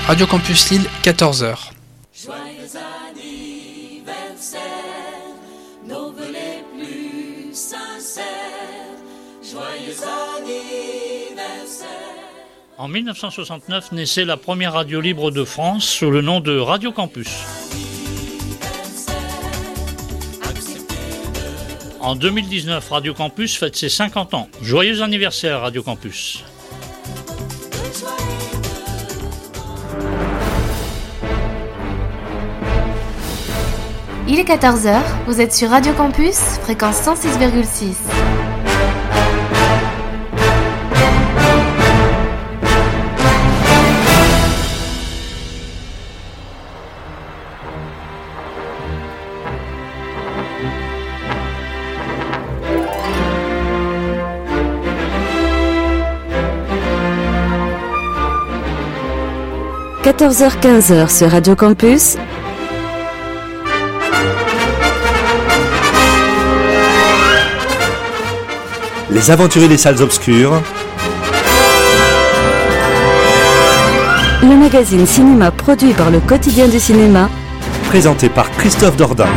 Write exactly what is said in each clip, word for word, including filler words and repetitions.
Radio Campus Lille, quatorze heures. Joyeux anniversaire, nos vœux les plus sincères. Joyeux anniversaire. En dix-neuf cent soixante-neuf naissait la première radio libre de France sous le nom de Radio Campus. En deux mille dix-neuf, Radio Campus fête ses cinquante ans. Joyeux anniversaire Radio Campus. Il est quatorze heures, vous êtes sur Radio Campus, fréquence cent six virgule six. quatorze heures quinze sur Radio Campus. Les aventuriers des salles obscures. Le magazine cinéma produit par le Quotidien du cinéma. Présenté par Christophe Dordain.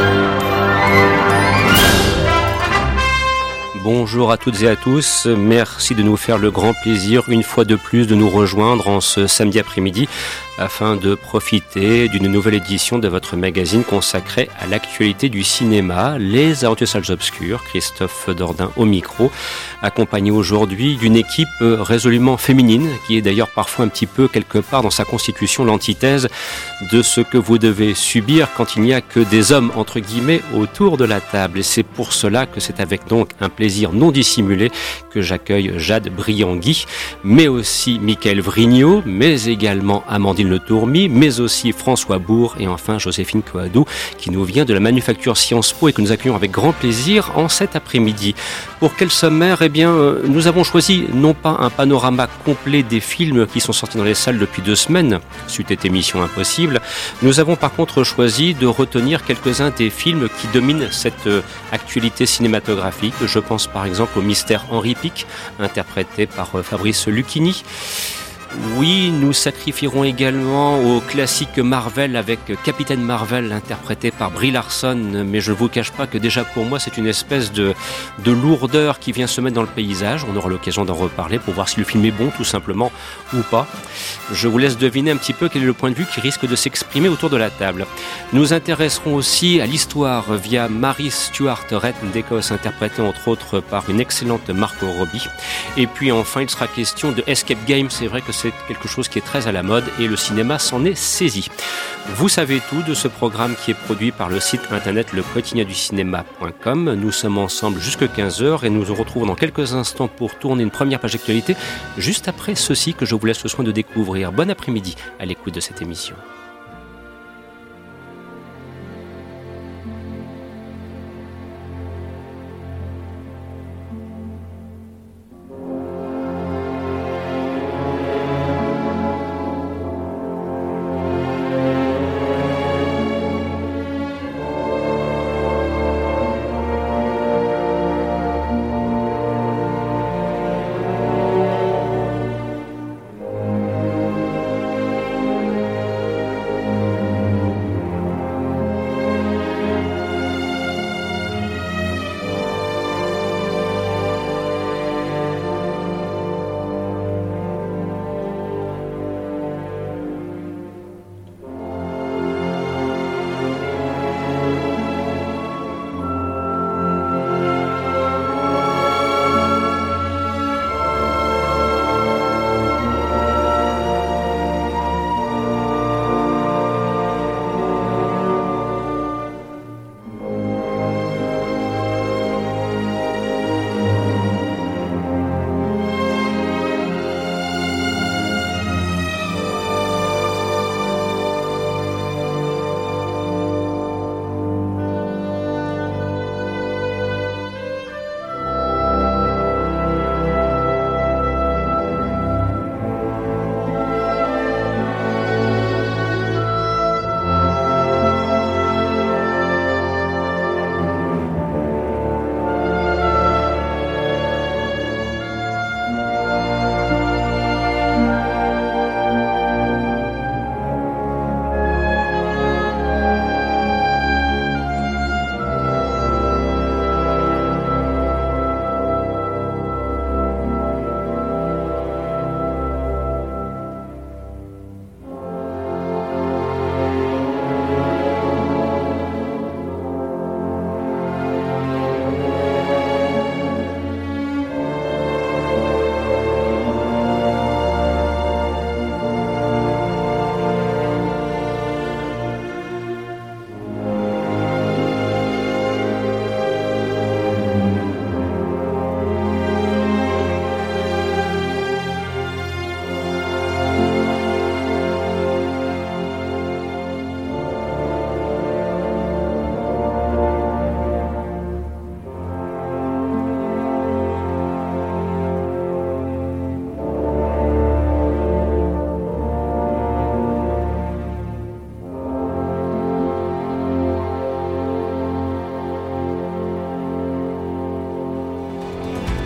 Bonjour à toutes et à tous, merci de nous faire le grand plaisir une fois de plus de nous rejoindre en ce samedi après-midi afin de profiter d'une nouvelle édition de votre magazine consacré à l'actualité du cinéma, Les Aventures Salles Obscures. Christophe Dordain au micro, accompagné aujourd'hui d'une équipe résolument féminine, qui est d'ailleurs parfois un petit peu quelque part dans sa constitution l'antithèse de ce que vous devez subir quand il n'y a que des hommes entre guillemets autour de la table. Et c'est pour cela que c'est avec donc un plaisir non dissimulé que j'accueille Jade Briangui, mais aussi Mickaël Vrignot, mais également Amandine Le Tourmy, mais aussi François Bourg et enfin Joséphine Coadou, qui nous vient de la manufacture Sciences Po et que nous accueillons avec grand plaisir en cet après-midi. Pour quel sommaire ? Eh bien, euh, nous avons choisi non pas un panorama complet des films qui sont sortis dans les salles depuis deux semaines, c'eût été mission impossible. Nous avons par contre choisi de retenir quelques-uns des films qui dominent cette euh, actualité cinématographique. Je pense par exemple au Mystère Henri Pic, interprété par euh, Fabrice Lucchini. Oui, nous sacrifierons également au classique Marvel avec Capitaine Marvel interprété par Brie Larson, mais je ne vous cache pas que déjà pour moi c'est une espèce de, de lourdeur qui vient se mettre dans le paysage. On aura l'occasion d'en reparler pour voir si le film est bon tout simplement ou pas. Je vous laisse deviner un petit peu quel est le point de vue qui risque de s'exprimer autour de la table. Nous intéresserons aussi à l'histoire via Mary Stuart, reine d'Écosse, interprétée entre autres par une excellente Margot Robbie. Et puis enfin il sera question de Escape Game, c'est vrai que c'est quelque chose qui est très à la mode et le cinéma s'en est saisi. Vous savez tout de ce programme qui est produit par le site internet le quotidien du cinéma point com. Nous sommes ensemble jusqu'à quinze heures et nous nous retrouvons dans quelques instants pour tourner une première page d'actualité juste après ceci que je vous laisse le soin de découvrir. Bon après-midi à l'écoute de cette émission.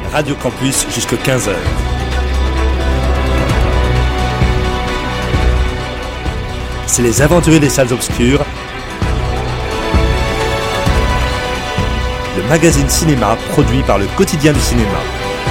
Radio Campus jusqu'à quinze heures. C'est les aventuriers des salles obscures. Le magazine cinéma produit par le quotidien du cinéma.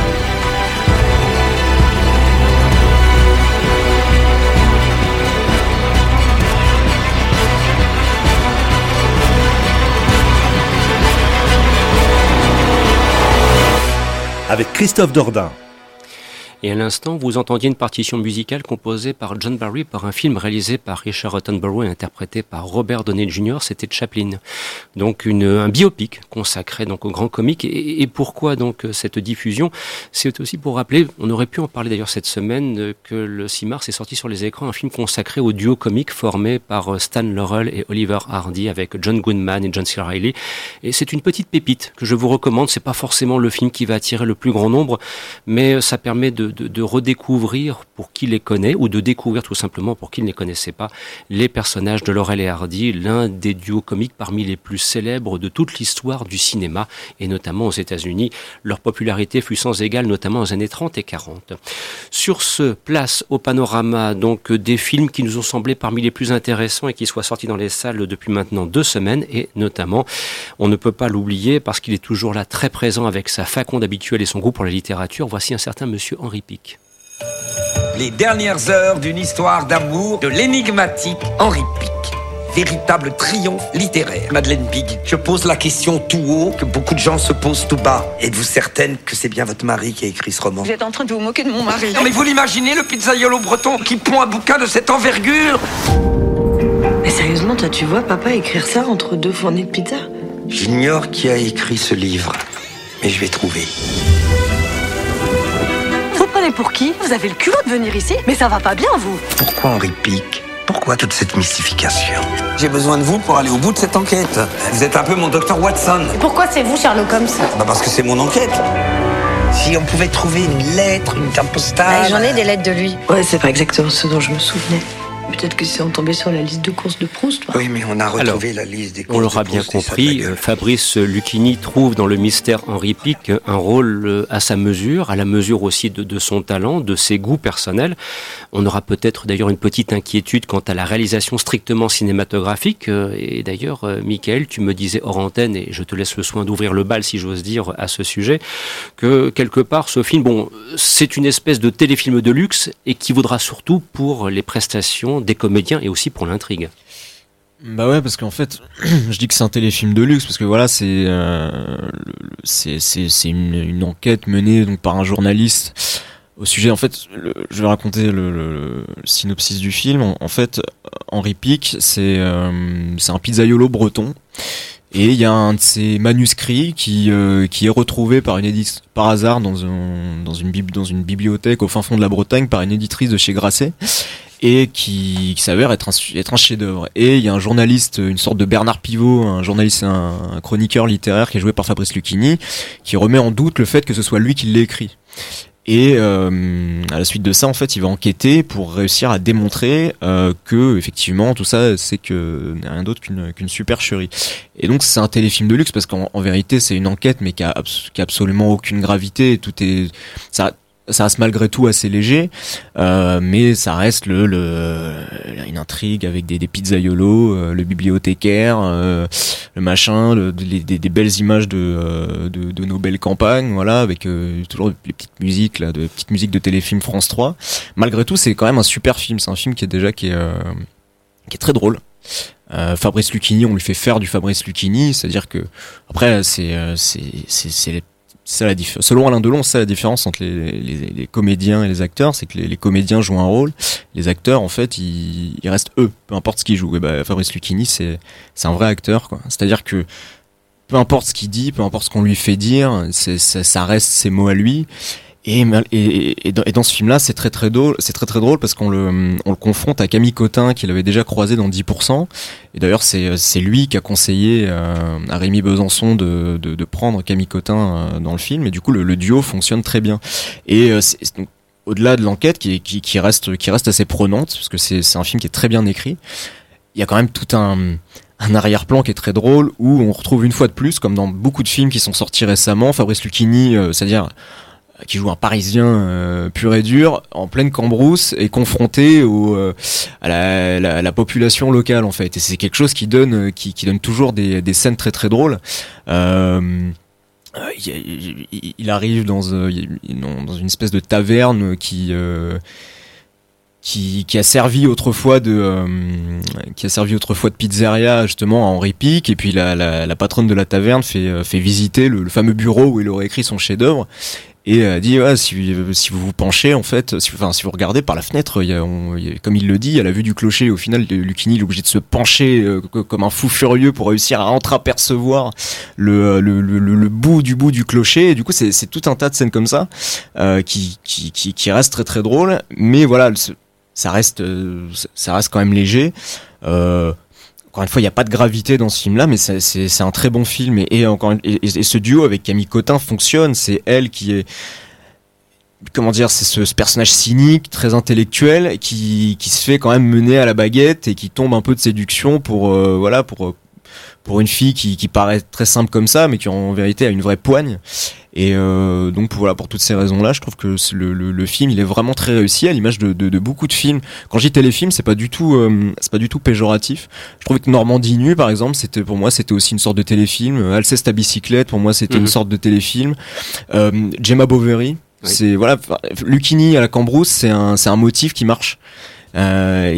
Avec Christophe Dordain. Et à l'instant, vous entendiez une partition musicale composée par John Barry pour un film réalisé par Richard Attenborough et interprété par Robert Downey junior C'était Chaplin. Donc une, un biopic consacré donc au grand comique. Et, et pourquoi donc cette diffusion ? C'est aussi pour rappeler, on aurait pu en parler d'ailleurs cette semaine, que le six mars est sorti sur les écrans un film consacré au duo comique formé par Stan Laurel et Oliver Hardy avec John Goodman et John C. Reilly. Et c'est une petite pépite que je vous recommande. C'est pas forcément le film qui va attirer le plus grand nombre, mais ça permet de De, de redécouvrir pour qui les connaît ou de découvrir tout simplement pour qui ne les connaissait pas les personnages de Laurel et Hardy, l'un des duos comiques parmi les plus célèbres de toute l'histoire du cinéma et notamment aux États-Unis. Leur popularité fut sans égale notamment aux années trente et quarante. Sur ce, place au panorama donc des films qui nous ont semblé parmi les plus intéressants et qui soient sortis dans les salles depuis maintenant deux semaines et notamment, on ne peut pas l'oublier parce qu'il est toujours là très présent avec sa faconde habituelle et son goût pour la littérature. Voici un certain monsieur Henri Pic. Les dernières heures d'une histoire d'amour de l'énigmatique Henri Pic. Véritable triomphe littéraire. Madeleine Pig, je pose la question tout haut que beaucoup de gens se posent tout bas. Êtes-vous certaine que c'est bien votre mari qui a écrit ce roman ? Vous êtes en train de vous moquer de mon mari. Non mais vous l'imaginez, le pizzaiolo breton qui pond un bouquin de cette envergure ? Mais sérieusement, toi tu vois papa écrire ça entre deux fournées de pizza ? J'ignore qui a écrit ce livre, mais je vais trouver. Pour qui ? Vous avez le culot de venir ici ? Mais ça va pas bien, vous ? Pourquoi Henri Pic ? Pourquoi toute cette mystification ? J'ai besoin de vous pour aller au bout de cette enquête. Vous êtes un peu mon docteur Watson. Et pourquoi c'est vous, Sherlock Holmes ? Bah parce que c'est mon enquête. Si on pouvait trouver une lettre, une carte postale... Ouais, j'en ai des lettres de lui. Ouais, c'est pas exactement ce dont je me souvenais. Peut-être que c'est en tombé sur la liste de courses de Proust. Toi. Oui, mais on a retrouvé Alors, la liste des courses on l'aura de bien Proust compris, Fabrice Lucchini trouve dans le mystère Henri Pic un rôle à sa mesure, à la mesure aussi de, de son talent, de ses goûts personnels. On aura peut-être d'ailleurs une petite inquiétude quant à la réalisation strictement cinématographique. Et d'ailleurs, Michael, tu me disais hors antenne, et je te laisse le soin d'ouvrir le bal, si j'ose dire, à ce sujet, que quelque part, ce film, bon, c'est une espèce de téléfilm de luxe et qui vaudra surtout pour les prestations des comédiens et aussi pour l'intrigue. Bah ouais, parce qu'en fait, je dis que c'est un téléfilm de luxe parce que voilà, c'est euh, c'est c'est c'est une, une enquête menée donc par un journaliste au sujet. En fait, le, je vais raconter le, le, le synopsis du film. En, en fait, Henri Pic, c'est euh, c'est un pizzaiolo breton. Et il y a un de ces manuscrits qui euh, qui est retrouvé par une éditrice par hasard dans un dans une bib, dans une bibliothèque au fin fond de la Bretagne par une éditrice de chez Grasset et qui, qui s'avère être un être un chef-d'œuvre. Et il y a un journaliste, une sorte de Bernard Pivot, un journaliste, un, un chroniqueur littéraire qui est joué par Fabrice Lucchini, qui remet en doute le fait que ce soit lui qui l'ait écrit. Et euh, à la suite de ça, en fait, il va enquêter pour réussir à démontrer euh, que effectivement tout ça, c'est que rien d'autre qu'une qu'une supercherie. Et donc c'est un téléfilm de luxe parce qu'en en vérité, c'est une enquête, mais qui a, abs- qui a absolument aucune gravité. Tout est ça. Ça reste malgré tout assez léger, euh, mais ça reste le, le une intrigue avec des, des pizzaiolos, euh, le bibliothécaire, euh, le machin, le, les, des, des belles images de, euh, de, de nos belles campagnes, voilà, avec euh, toujours les petites musiques là, de petites musiques de téléfilm France trois. Malgré tout, c'est quand même un super film. C'est un film qui est déjà qui est euh, qui est très drôle. Euh, Fabrice Lucchini, on lui fait faire du Fabrice Lucchini, c'est-à-dire que après c'est euh, c'est c'est c'est les C'est la diff- Selon Alain Delon, c'est la différence entre les, les, les comédiens et les acteurs, c'est que les, les comédiens jouent un rôle, les acteurs en fait ils, ils restent eux, peu importe ce qu'ils jouent. Et ben Fabrice Lucchini c'est c'est un vrai acteur quoi. C'est-à-dire que peu importe ce qu'il dit, peu importe ce qu'on lui fait dire, c'est, ça, ça reste ses mots à lui. Et, et, et, dans, et dans ce film-là, c'est très très drôle. C'est très très drôle parce qu'on le, on le confronte à Camille Cotin, qu'il avait déjà croisé dans dix pour cent. Et d'ailleurs, c'est, c'est lui qui a conseillé euh, à Rémi Besançon de, de, de prendre Camille Cotin euh, dans le film. Et du coup, le, le duo fonctionne très bien. Et euh, c'est, donc, au-delà de l'enquête, qui, qui, qui reste, qui reste assez prenante, parce que c'est, c'est un film qui est très bien écrit. Il y a quand même tout un un arrière-plan qui est très drôle où on retrouve une fois de plus, comme dans beaucoup de films qui sont sortis récemment, Fabrice Lucchini, euh, c'est-à-dire qui joue un Parisien euh, pur et dur en pleine cambrousse et confronté au, euh, à la, la, la population locale en fait. Et c'est quelque chose qui donne, qui, qui donne toujours des, des scènes très très drôles. Euh, il, il, il arrive dans, euh, dans une espèce de taverne qui euh, Qui, qui a servi autrefois de euh, qui a servi autrefois de pizzeria justement à Henri Pic, et puis la, la, la patronne de la taverne fait, fait visiter le, le fameux bureau où il aurait écrit son chef-d'œuvre. Et elle dit ouais, si, si vous vous penchez en fait, si, enfin si vous regardez par la fenêtre, il y a, on, il y a, comme il le dit, il y a la vue du clocher. Au final, Lucchini il est obligé de se pencher euh, comme un fou furieux pour réussir à entreapercevoir le, le, le, le, le bout du bout du clocher. Et du coup, c'est, c'est tout un tas de scènes comme ça euh, qui, qui, qui, qui restent très très drôles. Mais voilà, ça reste, ça reste quand même léger. Euh, Encore une fois, il n'y a pas de gravité dans ce film-là, mais c'est, c'est, c'est un très bon film. Et, et, encore, et, et ce duo avec Camille Cotin fonctionne. C'est elle qui est... Comment dire, c'est ce, ce personnage cynique, très intellectuel, qui, qui se fait quand même mener à la baguette et qui tombe un peu de séduction pour, euh, voilà, pour, pour une fille qui, qui paraît très simple comme ça, mais qui en vérité a une vraie poigne. Et euh, donc voilà, pour toutes ces raisons-là, je trouve que le, le, le film, il est vraiment très réussi, à l'image de, de, de beaucoup de films. Quand je dis téléfilm, c'est pas du tout, euh, c'est pas du tout péjoratif. Je trouvais que Normandie nue, par exemple, c'était pour moi, c'était aussi une sorte de téléfilm. Alceste à bicyclette, pour moi, c'était mmh. une sorte de téléfilm. Euh, Gemma Bovary, oui. c'est voilà, Lucchini à la cambrousse, c'est un, c'est un motif qui marche. Euh,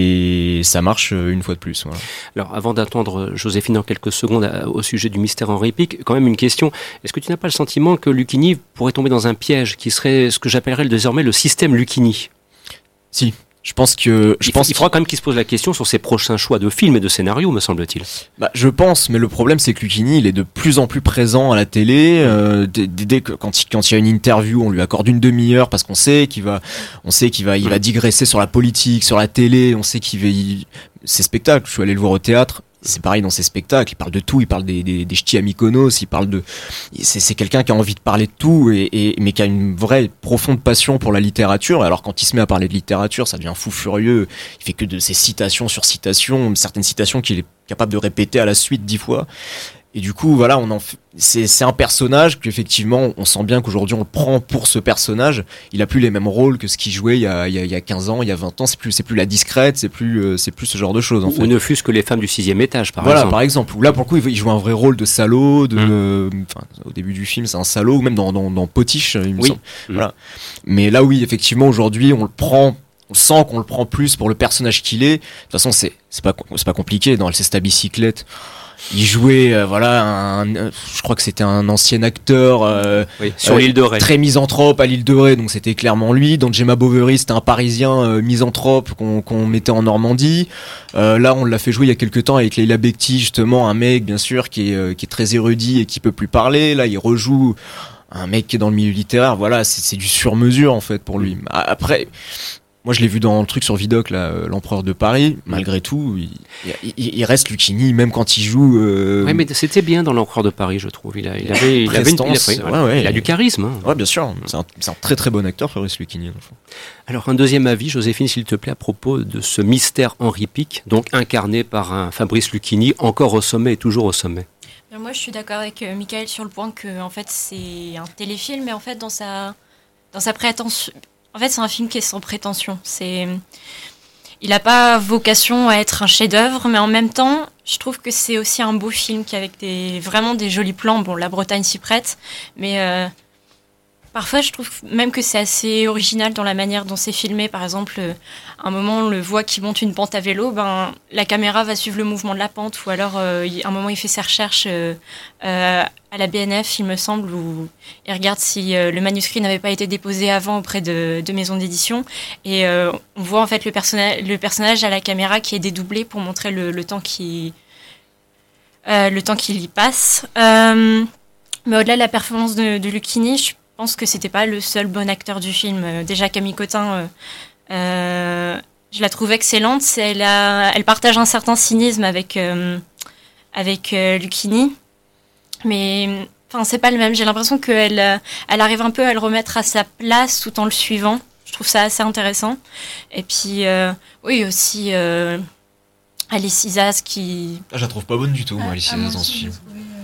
et ça marche une fois de plus. Voilà. Alors, avant d'attendre Joséphine dans quelques secondes à, au sujet du mystère Henri Pic, quand même une question. Est-ce que tu n'as pas le sentiment que Lucchini pourrait tomber dans un piège qui serait ce que j'appellerais désormais le système Lucchini ? Si. Je pense que je il, pense il faudra quand même qu'il se pose la question sur ses prochains choix de films et de scénarios, me semble-t-il. Bah, je pense, mais le problème c'est que Lucchini, il est de plus en plus présent à la télé. Euh, dès, dès que quand il, quand il y a une interview, on lui accorde une demi-heure parce qu'on sait qu'il va, on sait qu'il va, il va digresser sur la politique, sur la télé. On sait qu'il va, il, ses spectacles. Je suis allé le voir au théâtre. C'est pareil dans ses spectacles, il parle de tout, il parle des, des, des ch'tis à Mykonos, il parle de, c'est, c'est quelqu'un qui a envie de parler de tout, et, et, mais qui a une vraie profonde passion pour la littérature. Alors quand il se met à parler de littérature, ça devient fou furieux, il fait que de ces citations sur citations, certaines citations qu'il est capable de répéter à la suite dix fois. Et du coup, voilà, on en f... c'est, c'est un personnage qu'effectivement, on sent bien qu'aujourd'hui on le prend pour ce personnage. Il a plus les mêmes rôles que ce qu'il jouait il y a, il y a, il y a quinze ans, il y a vingt ans. C'est plus, c'est plus la discrète, c'est plus, euh, c'est plus ce genre de choses. En ou, fait. ou ne fût-ce que les femmes du sixième étage, par voilà, exemple. Voilà, par exemple. Où là, pour le coup, il joue un vrai rôle de salaud. De, mmh. euh, au début du film, c'est un salaud, ou même dans, dans, dans Potiche, il me oui. semble. Mmh. Voilà. Mais là, oui, effectivement, aujourd'hui, on le prend. On sent qu'on le prend plus pour le personnage qu'il est. De toute façon, c'est, c'est pas, c'est pas compliqué. Dans Alceste à bicyclette, il jouait, euh, voilà, un, je crois que c'était un ancien acteur euh, oui, sur euh, l'île de Ré, très misanthrope à l'île de Ré, donc c'était clairement lui. Dans Gemma Bovary, c'était un Parisien euh, misanthrope qu'on, qu'on mettait en Normandie. Euh, là, on l'a fait jouer il y a quelques temps avec Leila Bekti, justement, un mec, bien sûr, qui est, euh, qui est très érudit et qui peut plus parler. Là, il rejoue un mec qui est dans le milieu littéraire. Voilà, c'est, c'est du sur-mesure en fait pour lui. Après. Moi, je l'ai vu dans le truc sur Vidocq, là, euh, l'Empereur de Paris. Malgré tout, il, il, il reste Lucchini, même quand il joue. Euh... Ouais, mais c'était bien dans l'Empereur de Paris, je trouve. Il a, il avait, il avait une, il a, pris, ouais, ouais, il a du charisme. Hein. Ouais, bien sûr. C'est un, c'est un très très bon acteur, Fabrice Lucchini. Alors, un deuxième avis, Joséphine, s'il te plaît, à propos de ce mystère Henri Pic, donc incarné par un Fabrice Lucchini, encore au sommet et toujours au sommet. Moi, je suis d'accord avec euh, Michael sur le point que, en fait, c'est un téléfilm, mais en fait, dans sa, dans sa prétention. En fait, c'est un film qui est sans prétention. C'est... Il n'a pas vocation à être un chef-d'œuvre, mais en même temps, je trouve que c'est aussi un beau film qui avec des, vraiment des jolis plans. Bon, la Bretagne s'y prête, mais euh, parfois, je trouve même que c'est assez original dans la manière dont c'est filmé. Par exemple, euh, à un moment, on le voit qui monte une pente à vélo, ben, la caméra va suivre le mouvement de la pente, ou alors, euh, à un moment, il fait ses recherches euh, euh, à la B N F, il me semble, où il regarde si euh, le manuscrit n'avait pas été déposé avant auprès de, de maisons d'édition. Et euh, on voit en fait le, personna- le personnage à la caméra qui est dédoublé pour montrer le, le temps qui, euh, le temps qu'il y passe. Euh, mais au-delà de la performance de, de Lucchini, je pense que c'était pas le seul bon acteur du film. Euh, déjà Camille Cotin, euh, euh, je la trouve excellente. C'est, elle, a, elle partage un certain cynisme avec, euh, avec euh, Lucchini. Mais enfin, c'est pas le même. J'ai l'impression qu'elle elle arrive un peu à le remettre à sa place tout en le suivant. Je trouve ça assez intéressant. Et puis, euh, oui, aussi euh, Alice Isaz qui... Ah, je la trouve pas bonne du tout, moi, Alice Isaz, dans ce film.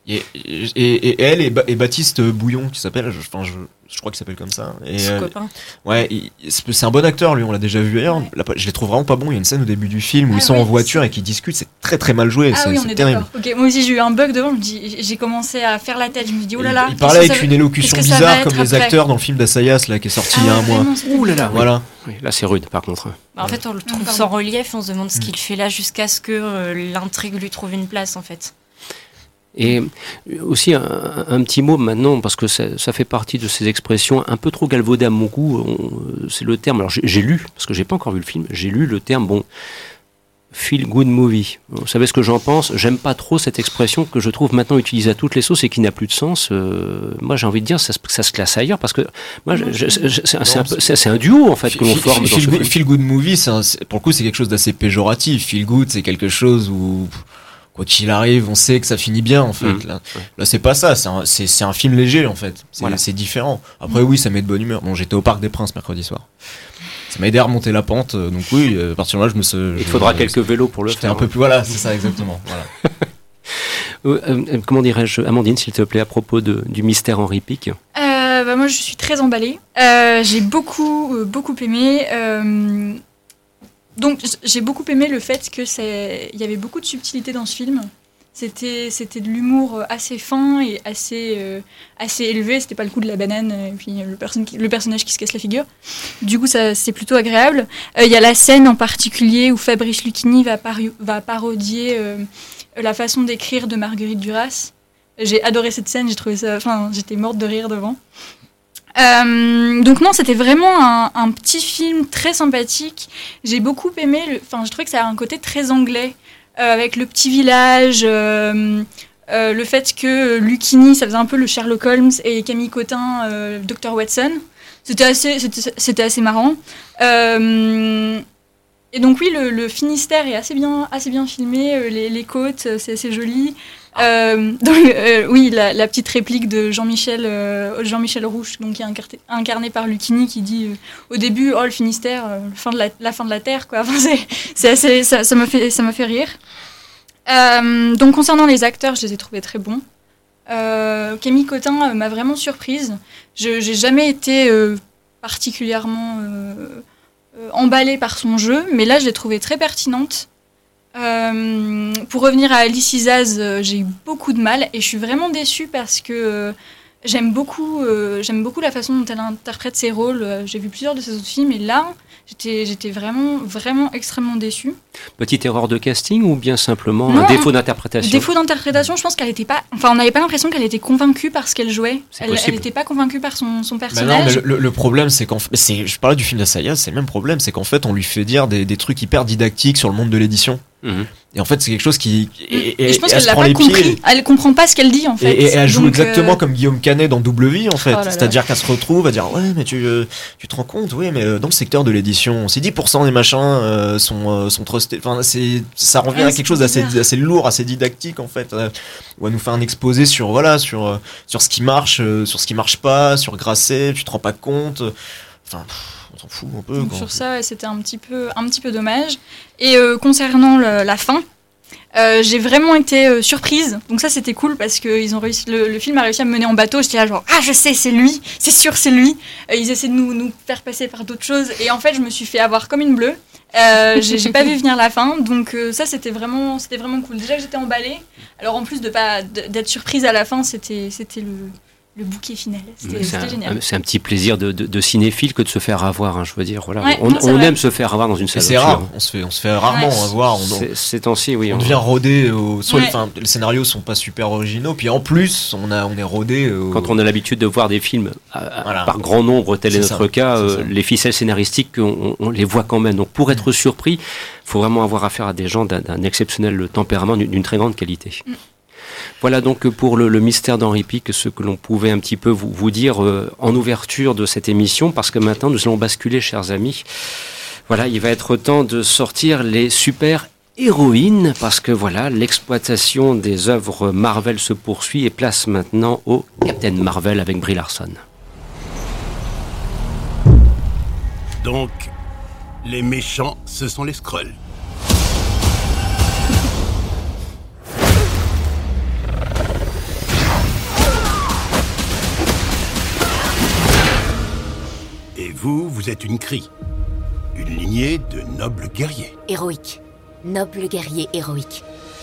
Et, et, et elle et, et Baptiste Bouillon qui s'appelle, je, enfin je, je crois qu'il s'appelle comme ça. Et, Son euh, copain. Ouais, il, c'est un bon acteur lui, on l'a déjà vu ailleurs. Là, je les trouve vraiment pas bons. Il y a une scène au début du film où Ah ils sont oui, en voiture et qu'ils discutent, c'est très très mal joué. Ah c'est oui, on c'est est terrible. d'accord. Ok, moi aussi j'ai eu un bug devant. Je me dis, j'ai commencé à faire la tête. Je me dis, oh là là. Il parlait avec ça une va- élocution qu'est-ce que ça va bizarre comme être les après acteurs dans le film d'Assayas là qui est sorti Ah il y a un ouais, mois. vraiment, c'était Ouh là là. Voilà. Oui, là c'est rude par contre. Bah, en fait, on le trouve pardon. sans relief, on se demande ce qu'il fait là jusqu'à ce que euh, l'intrigue lui trouve une place en fait. Et aussi un, un petit mot maintenant, parce que ça, ça fait partie de ces expressions un peu trop galvaudées à mon goût. On- c'est le terme, alors j'ai, j'ai lu, parce que j'ai pas encore vu le film, j'ai lu le terme, bon, feel good movie. Vous savez ce que j'en pense? J'aime pas trop cette expression que je trouve maintenant utilisée à toutes les sauces et qui n'a plus de sens. Euh, moi j'ai envie de dire ça, se- ça se classe ailleurs, parce que moi je- je- je- c'est, un, c'est, un peu- c'est- c'est un duo en fait que l'on Feel- forme dans feel, ce good, film. feel good movie, c'est un- c'est- pour le coup, c'est quelque chose d'assez péjoratif. Feel good, c'est quelque chose où, quoi qu'il arrive, on sait que ça finit bien, en fait. Mmh. Là, là c'est pas ça. C'est un, c'est, c'est un film léger, en fait. C'est, Voilà. c'est différent. Après, oui, ça met de bonne humeur. Bon, j'étais au Parc des Princes mercredi soir. Ça m'a aidé à remonter la pente. euh, Donc oui, euh, à partir de là, je me suis. Il faudra quelques vélos pour le J'étais faire. un peu plus. Voilà, c'est ça, exactement. Voilà. Euh, euh, comment dirais-je, Amandine, s'il te plaît, à propos de, du mystère Henri Pic. Euh, bah, moi, je suis très emballée. Euh, j'ai beaucoup, euh, beaucoup aimé. euh, donc, j- j'ai beaucoup aimé le fait que c'est, il y avait beaucoup de subtilité dans ce film. C'était, c'était de l'humour assez fin et assez, euh, assez élevé. C'était pas le coup de la banane et puis le, personne qui- le personnage qui se casse la figure. Du coup, ça, c'est plutôt agréable. Euh, Il y a la scène en particulier où Fabrice Lucchini va, pari- va parodier euh, la façon d'écrire de Marguerite Duras. J'ai adoré cette scène. J'ai trouvé ça, enfin, j'étais morte de rire devant. Euh, donc non, c'était vraiment un, un petit film très sympathique. J'ai beaucoup aimé. le- Enfin, je trouvais que ça a un côté très anglais. Euh, avec le petit village, euh, euh, le fait que Lucchini, ça faisait un peu le Sherlock Holmes, et Camille Cotin, euh, docteur Watson. C'était assez, c'était, c'était assez marrant. Euh, et donc oui, le, le Finistère est assez bien, assez bien filmé, euh, les, les côtes, euh, c'est assez joli. Euh, donc, euh, oui, la, la petite réplique de Jean-Michel, euh, Jean-Michel Rouche, donc qui est incarné, incarné par Lucchini, qui dit euh, au début, oh le Finistère, euh, fin de la, la fin de la terre, quoi. Enfin, c'est, c'est assez, ça, ça m'a fait, ça m'a fait rire. Euh, donc concernant les acteurs, je les ai trouvés très bons. Euh, Camille Cotin euh, m'a vraiment surprise. Je j'ai jamais été euh, particulièrement euh, euh, emballée par son jeu, mais là je l'ai trouvée très pertinente. Euh, pour revenir à Alice Isaz, euh, j'ai eu beaucoup de mal et je suis vraiment déçue parce que euh, j'aime beaucoup, euh, j'aime beaucoup la façon dont elle interprète ses rôles. Euh, j'ai vu plusieurs de ses autres films et là, j'étais, j'étais vraiment, vraiment extrêmement déçue. Petite erreur de casting ou bien simplement Non, un défaut d'interprétation? Défaut d'interprétation, je pense qu'elle était pas. Enfin, on n'avait pas l'impression qu'elle était convaincue par ce qu'elle jouait. C'est Elle possible. n'était pas convaincue par son, son Bah non, personnage. mais le, le problème, c'est qu'en fait, c'est, je parlais du film d'Assayas, c'est le même problème, c'est qu'en fait, on lui fait dire des, des trucs hyper didactiques sur le monde de l'édition. Mmh. Et en fait, c'est quelque chose qui. Et, et- Et je pense et elle qu'elle se l'a prend pas les compris. pieds. Elle comprend pas ce qu'elle dit en Et, fait. et elle joue Donc, exactement euh, comme Guillaume Canet dans Double Vie en fait. Oh là là. C'est-à-dire qu'elle se retrouve à dire ouais mais tu euh, tu te rends compte oui mais euh, dans le secteur de l'édition c'est dix pour cent des machins euh, sont euh, sont trustés. Enfin c'est ça revient Ouais, à c'est quelque chose d'assez bizarre. assez lourd, assez didactique en fait. Euh, où elle nous fait un exposé sur voilà sur euh, sur ce qui marche, euh, sur ce qui marche pas, sur Grasset, tu te rends pas compte. Enfin pff, on s'en fout un peu. donc quoi. sur ça, c'était un petit peu, un petit peu dommage. Et euh, concernant le- la fin. Euh, j'ai vraiment été euh, surprise, donc ça c'était cool parce que ils ont réussi, le, le film a réussi à me mener en bateau. J'étais là genre ah je sais c'est lui, c'est sûr c'est lui. Euh, ils essaient de nous, nous faire passer par d'autres choses et en fait je me suis fait avoir comme une bleue. Euh, j'ai, j'ai pas vu venir la fin, donc euh, ça c'était vraiment, c'était vraiment cool. Déjà que j'étais emballée, alors en plus de pas de- d'être surprise à la fin, c'était, c'était le, le bouquet final. C'était, C'est c'était un, génial. c'est un petit plaisir de, de, de cinéphile que de se faire avoir. Hein, je veux dire, voilà, Ouais, on, non, c'est on vrai. aime se faire avoir dans une Et salle. c'est rare, on se fait on se fait rarement Ouais. avoir. On, C'est- Ces temps-ci, oui. on on- devient rodé au soit Ouais. enfin, les scénarios sont pas super originaux puis en plus on a on est rodé au- Quand on a l'habitude de voir des films à- à- Voilà. par grand nombre, tel est, C'est notre ça, cas, c'est euh, ça. les ficelles scénaristiques, on, on les voit quand même. Donc pour être surpris, il faut vraiment avoir affaire à des gens d'un, d'un exceptionnel tempérament, d'une, d'une très grande qualité. Mm. Voilà donc pour le, le mystère d'Henri Pic, ce que l'on pouvait un petit peu vous, vous dire euh, en ouverture de cette émission, parce que maintenant nous allons basculer, chers amis. Voilà, il va être temps de sortir les super héroïnes, parce que voilà, l'exploitation des œuvres Marvel se poursuit et place maintenant au Captain Marvel avec Brie Larson. Donc, les méchants, ce sont les Skrulls. vous, vous êtes une Kree. Une lignée de nobles guerriers. Héroïque. Noble guerrier héroïque.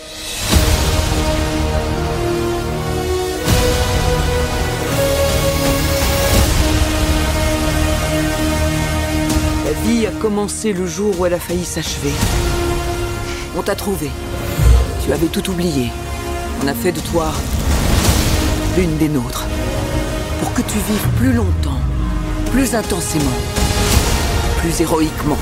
La vie a commencé le jour où elle a failli s'achever. On t'a trouvé. Tu avais tout oublié. On a fait de toi l'une des nôtres. Pour que tu vives plus longtemps, plus intensément, plus héroïquement.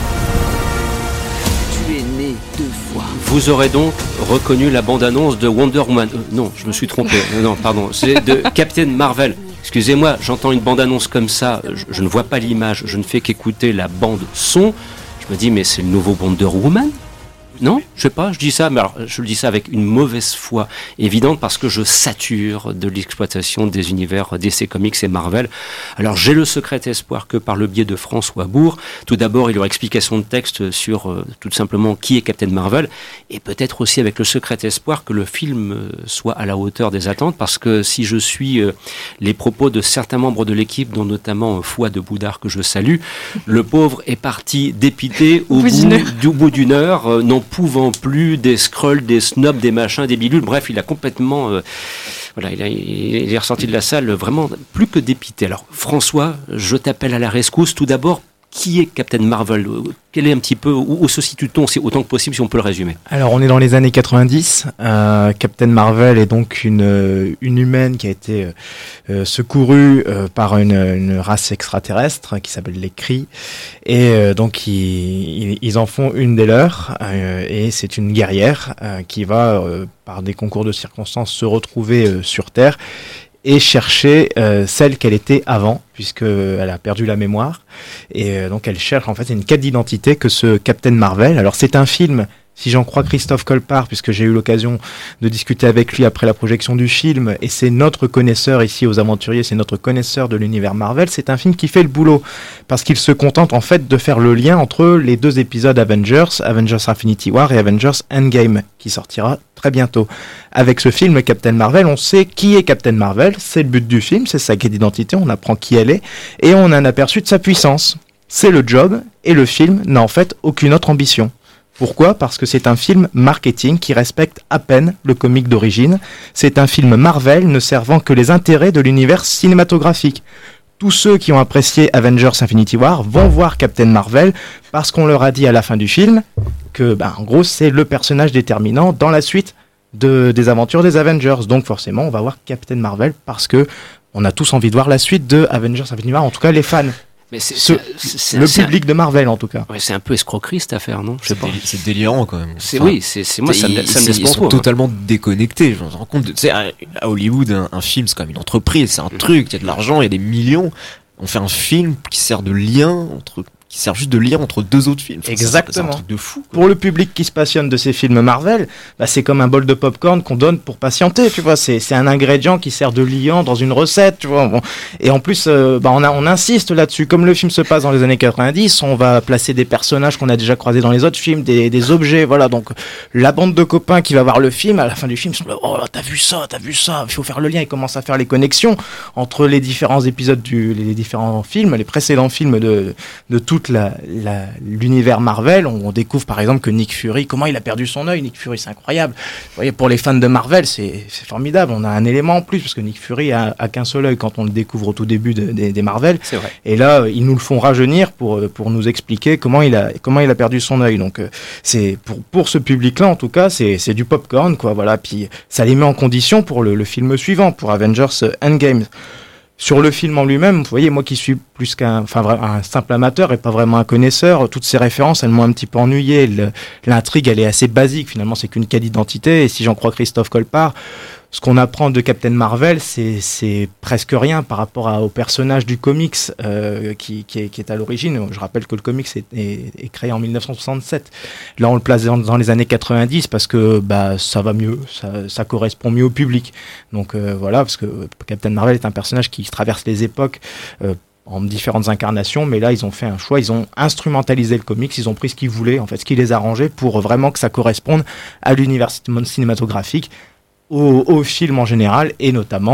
Tu es né deux fois. Vous aurez donc reconnu la bande-annonce de Wonder Woman. Euh, non, je me suis trompé. Euh, non, pardon. C'est de Captain Marvel. Excusez-moi, j'entends une bande-annonce comme ça, je, je ne vois pas l'image, je ne fais qu'écouter la bande-son. Je me dis, mais c'est le nouveau Wonder Woman ? Non, je sais pas, je dis ça, mais alors je le dis ça avec une mauvaise foi évidente parce que je sature de l'exploitation des univers D C Comics et Marvel. Alors j'ai le secret espoir que par le biais de François Bourg, tout d'abord il y aura explication de texte sur euh, tout simplement qui est Captain Marvel et peut-être aussi avec le secret espoir que le film euh, soit à la hauteur des attentes parce que si je suis euh, les propos de certains membres de l'équipe, dont notamment euh, Fouad de Boudard que je salue, le pauvre est parti dépité au bout, du bout d'une heure, euh, non pouvant plus des scrolls, des snobs, des machins, des bilules. Bref, il a complètement... Euh, voilà, il, a, il est ressorti de la salle vraiment plus que dépité. Alors, François, je t'appelle à la rescousse. Tout d'abord, qui est Captain Marvel ? Quel est un petit peu... Où, où se situe-t-on, c'est autant que possible, si on peut le résumer ? Alors, on est dans les années quatre-vingt-dix. Euh, Captain Marvel est donc une, une humaine qui a été euh, secourue euh, par une, une race extraterrestre qui s'appelle les Kree. Et euh, donc, ils, ils en font une des leurs. Euh, et c'est une guerrière euh, qui va, euh, par des concours de circonstances, se retrouver euh, sur Terre et chercher euh, celle qu'elle était avant, puisqu'elle a perdu la mémoire. Et euh, donc elle cherche, en fait, c'est une quête d'identité que ce Captain Marvel. Alors c'est un film, si j'en crois Christophe Colpart, puisque j'ai eu l'occasion de discuter avec lui après la projection du film, et c'est notre connaisseur ici aux Aventuriers, c'est notre connaisseur de l'univers Marvel, c'est un film qui fait le boulot, parce qu'il se contente en fait de faire le lien entre les deux épisodes Avengers, Avengers Infinity War et Avengers Endgame, qui sortira très bientôt. Avec ce film Captain Marvel, on sait qui est Captain Marvel, c'est le but du film, c'est sa quête d'identité, on apprend qui elle est, et on a un aperçu de sa puissance. C'est le job, et le film n'a en fait aucune autre ambition. Pourquoi ? Parce que c'est un film marketing qui respecte à peine le comic d'origine. C'est un film Marvel ne servant que les intérêts de l'univers cinématographique. Tous ceux qui ont apprécié Avengers Infinity War vont voir Captain Marvel parce qu'on leur a dit à la fin du film que, ben, en gros, c'est le personnage déterminant dans la suite de, des aventures des Avengers. Donc forcément, on va voir Captain Marvel parce que on a tous envie de voir la suite de Avengers Infinity War, en tout cas les fans. Mais c'est, Ce, c'est, c'est, le c'est public un... de Marvel en tout cas. Ouais, c'est un peu escroquerie cette affaire, non ? Je sais c'est, pas. déli- c'est délirant quand même. C'est enfin, oui, c'est, c'est moi ça me, ça me laisse ils pas sont trop, totalement hein. déconnectés. Je me rends compte. Tu sais, à, à Hollywood, un, un film c'est quand même une entreprise, c'est un mmh. truc. Il y a de l'argent, il y a des millions. On fait un film qui sert de lien entre. qui sert juste de lien entre deux autres films. Enfin, exactement. C'est, c'est un truc de fou. Quoi. Pour le public qui se passionne de ces films Marvel, bah c'est comme un bol de popcorn qu'on donne pour patienter, tu vois. C'est, c'est un ingrédient qui sert de liant dans une recette, tu vois. Bon. Et en plus, euh, bah on, a, on insiste là-dessus. Comme le film se passe dans les années quatre-vingt-dix, on va placer des personnages qu'on a déjà croisés dans les autres films, des, des objets, voilà. Donc, la bande de copains qui va voir le film, à la fin du film, ils sont là, oh, t'as vu ça, t'as vu ça. Il faut faire le lien. Ils commencent à faire les connexions entre les différents épisodes du, les différents films, les précédents films de, de toute la, la l'univers Marvel. On, on découvre par exemple que Nick Fury, comment il a perdu son œil. Nick Fury, c'est incroyable. Vous voyez, pour les fans de Marvel, c'est, c'est formidable. On a un élément en plus parce que Nick Fury a, a qu'un seul œil quand on le découvre au tout début de, de, des Marvel. C'est vrai. Et là, ils nous le font rajeunir pour pour nous expliquer comment il a comment il a perdu son œil. Donc c'est pour pour ce public-là en tout cas, c'est c'est du popcorn quoi. Voilà. Puis ça les met en condition pour le, le film suivant, pour Avengers Endgame. Sur le film en lui-même, vous voyez, moi qui suis plus qu'un enfin, un simple amateur et pas vraiment un connaisseur, toutes ces références, elles m'ont un petit peu ennuyé. Le, l'intrigue, elle est assez basique, finalement, c'est qu'une quête d'identité. Et si j'en crois Christophe Colpart, ce qu'on apprend de Captain Marvel, c'est, c'est presque rien par rapport à, au personnage du comics euh, qui, qui, est, qui est à l'origine. Je rappelle que le comics est, est, est créé en dix-neuf cent soixante-sept. Là, on le place dans, dans les années quatre-vingt-dix parce que bah, ça va mieux, ça, ça correspond mieux au public. Donc euh, voilà, parce que Captain Marvel est un personnage qui traverse les époques euh, en différentes incarnations, mais là ils ont fait un choix, ils ont instrumentalisé le comics, ils ont pris ce qu'ils voulaient, en fait, ce qui les arrangeait pour vraiment que ça corresponde à l'univers cinématographique, Au, au film en général et notamment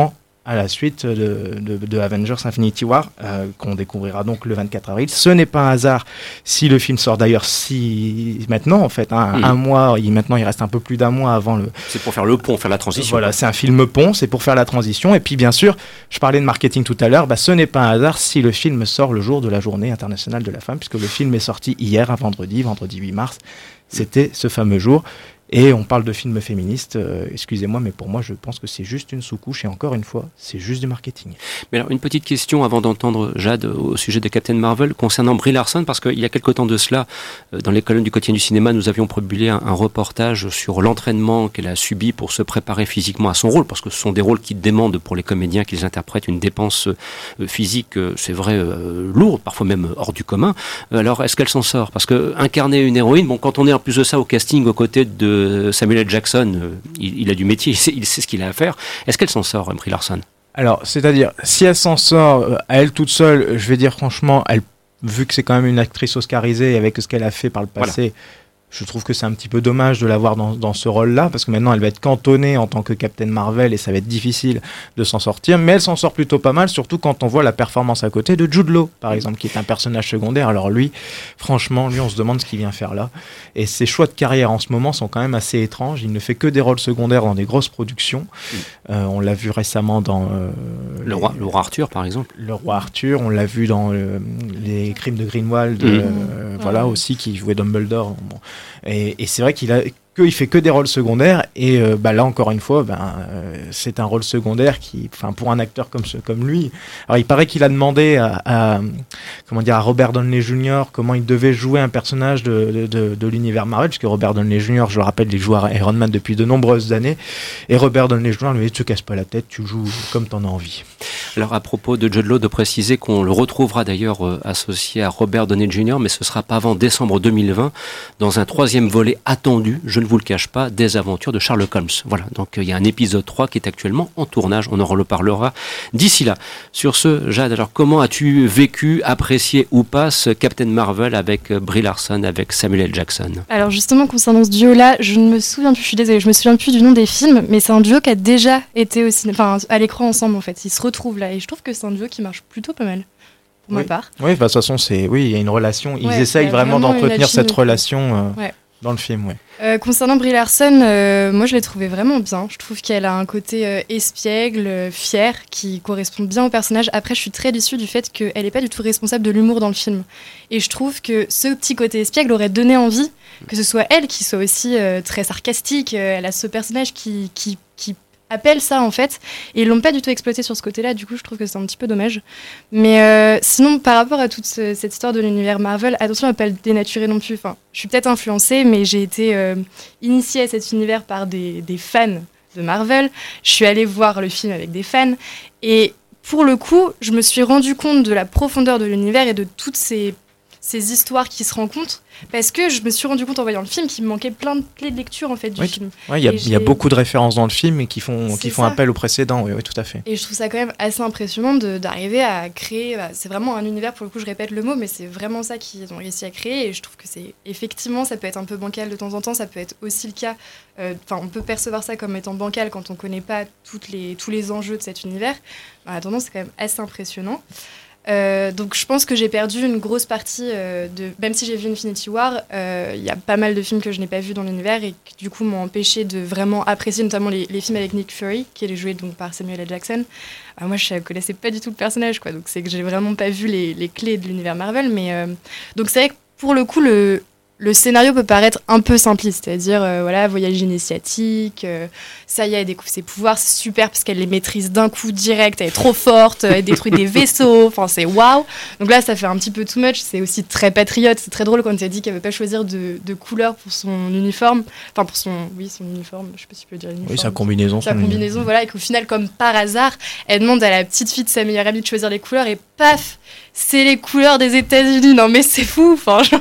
à la suite de, de, de Avengers Infinity War, euh, qu'on découvrira donc le vingt-quatre avril. Ce n'est pas un hasard si le film sort d'ailleurs si maintenant, en fait, hein, mmh. un mois, il, maintenant il reste un peu plus d'un mois avant le... C'est pour faire le pont, faire la transition. Voilà, c'est un film pont, c'est pour faire la transition. Et puis bien sûr, je parlais de marketing tout à l'heure, bah, ce n'est pas un hasard si le film sort le jour de la journée internationale de la femme, puisque le film est sorti hier, un vendredi, vendredi huit mars. C'était ce fameux jour. Et on parle de films féministes, euh, excusez-moi, mais pour moi, je pense que c'est juste une sous-couche, et encore une fois, c'est juste du marketing. Mais alors, une petite question avant d'entendre Jade au sujet de Captain Marvel, concernant Brie Larson, parce qu'il y a quelque temps de cela, dans les colonnes du quotidien du cinéma, nous avions publié un, un reportage sur l'entraînement qu'elle a subi pour se préparer physiquement à son rôle, parce que ce sont des rôles qui demandent pour les comédiens qu'ils interprètent une dépense euh, physique, euh, c'est vrai, euh, lourde, parfois même hors du commun. Alors, est-ce qu'elle s'en sort? Parce que incarner une héroïne, bon, quand on est en plus de ça au casting aux côtés de Samuel L. Jackson, il, il a du métier, il sait, il sait ce qu'il a à faire. Est-ce qu'elle s'en sort, Brie Larson? Alors, c'est-à-dire, si elle s'en sort à elle toute seule, je vais dire franchement, elle, vu que c'est quand même une actrice oscarisée avec ce qu'elle a fait par le passé, voilà. Je trouve que c'est un petit peu dommage de l'avoir dans, dans ce rôle-là, parce que maintenant elle va être cantonnée en tant que Captain Marvel et ça va être difficile de s'en sortir, mais elle s'en sort plutôt pas mal, surtout quand on voit la performance à côté de Jude Law, par exemple, qui est un personnage secondaire. Alors lui, franchement, lui on se demande ce qu'il vient faire là, et ses choix de carrière en ce moment sont quand même assez étranges. Il ne fait que des rôles secondaires dans des grosses productions. Mm. Euh, on l'a vu récemment dans... Euh, le, roi, le roi Arthur, par exemple. Le roi Arthur, on l'a vu dans euh, les Crimes de Greenwald, mm. euh, mm. voilà, mm. aussi, qui jouait Dumbledore. Bon. Et, et c'est vrai qu'il a qu'il fait que des rôles secondaires et euh, bah là encore une fois ben euh, c'est un rôle secondaire qui, enfin pour un acteur comme ce, comme lui. Alors il paraît qu'il a demandé à, à comment dire à Robert Downey junior comment il devait jouer un personnage de de, de, de l'univers Marvel, puisque Robert Downey junior, je le rappelle, il joue à Iron Man depuis de nombreuses années, et Robert Downey junior lui dit: tu te casses pas la tête, tu joues comme t'en as envie. Alors à propos de Jude Law, de préciser qu'on le retrouvera d'ailleurs euh, associé à Robert Downey junior, mais ce sera pas avant décembre deux mille vingt dans un troisième volet attendu, je ne vous le cache pas, des aventures de Sherlock Holmes. Voilà, donc il euh, y a un épisode trois qui est actuellement en tournage, on en reparlera d'ici là. Sur ce, Jade, alors comment as-tu vécu, apprécié ou pas ce Captain Marvel avec euh, Brie Larson, avec Samuel L. Jackson? Alors justement, concernant ce duo-là, je ne me souviens plus, je suis désolée, je me souviens plus du nom des films, mais c'est un duo qui a déjà été au ciné- enfin, à l'écran ensemble en fait, ils se retrouvent là, et je trouve que c'est un duo qui marche plutôt pas mal. Pour oui. ma part. Oui, bah, de toute façon, c'est, oui, il y a une relation. Ils ouais, essayent vraiment, vraiment d'entretenir cette relation euh, ouais. dans le film. Ouais. Euh, concernant Brie Larson, euh, moi je l'ai trouvée vraiment bien. Je trouve qu'elle a un côté euh, espiègle, euh, fier, qui correspond bien au personnage. Après, je suis très déçue du fait qu'elle n'est pas du tout responsable de l'humour dans le film. Et je trouve que ce petit côté espiègle aurait donné envie que ce soit elle qui soit aussi euh, très sarcastique. Euh, elle a ce personnage qui, qui, qui appelle ça en fait, et ils l'ont pas du tout exploité sur ce côté-là, du coup je trouve que c'est un petit peu dommage. Mais euh, sinon, par rapport à toute ce, cette histoire de l'univers Marvel, attention à pas le dénaturer non plus, enfin, je suis peut-être influencée, mais j'ai été euh, initiée à cet univers par des, des fans de Marvel, je suis allée voir le film avec des fans, et pour le coup, je me suis rendu compte de la profondeur de l'univers et de toutes ces ces histoires qui se rencontrent, parce que je me suis rendu compte en voyant le film qu'il me manquait plein de clés de lecture en fait du oui, film. Oui, il y, y a beaucoup de références dans le film et qui font, qui font appel au précédent, oui, oui, tout à fait. Et je trouve ça quand même assez impressionnant de, d'arriver à créer, bah, c'est vraiment un univers, pour le coup je répète le mot, mais c'est vraiment ça qu'ils ont réussi à créer, et je trouve que c'est, effectivement, ça peut être un peu bancal de temps en temps, ça peut être aussi le cas, enfin euh, on peut percevoir ça comme étant bancal quand on connaît pas toutes les, tous les enjeux de cet univers. En attendant, c'est quand même assez impressionnant. Euh, donc je pense que j'ai perdu une grosse partie euh, de, même si j'ai vu Infinity War, il euh, y a pas mal de films que je n'ai pas vus dans l'univers et qui du coup m'ont empêché de vraiment apprécier notamment les, les films avec Nick Fury, qui est joué donc par Samuel L. Jackson. Alors moi je connaissais pas du tout le personnage, quoi, donc c'est que j'ai vraiment pas vu les, les clés de l'univers Marvel, mais euh, donc c'est vrai que pour le coup le Le scénario peut paraître un peu simpliste, c'est-à-dire, euh, voilà, voyage initiatique, euh, ça y est, elle découvre ses pouvoirs, c'est super parce qu'elle les maîtrise d'un coup direct, elle est trop forte, elle détruit des vaisseaux, enfin c'est waouh. Donc là, ça fait un petit peu too much, c'est aussi très patriote, c'est très drôle quand elle dit qu'elle veut pas choisir de, de couleur pour son uniforme, enfin pour son, oui, son uniforme, je sais pas si je peux dire uniforme. Oui, sa combinaison. Sa combinaison, voilà, et qu'au final, comme par hasard, elle demande à la petite fille de sa meilleure amie de choisir les couleurs et paf, c'est les couleurs des États-Unis. Non mais c'est fou, enfin genre...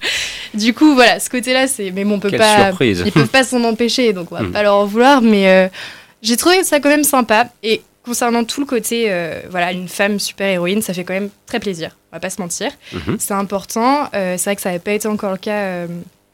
Du coup, voilà, ce côté-là, c'est. Mais bon, on peut Quelle pas. surprise. Ils peuvent pas s'en empêcher, donc on va Mm. pas leur en vouloir. Mais euh, j'ai trouvé ça quand même sympa. Et concernant tout le côté, euh, voilà, une femme super-héroïne, ça fait quand même très plaisir. On va pas se mentir. Mhm. C'est important. Euh, c'est vrai que ça n'avait pas été encore le cas euh,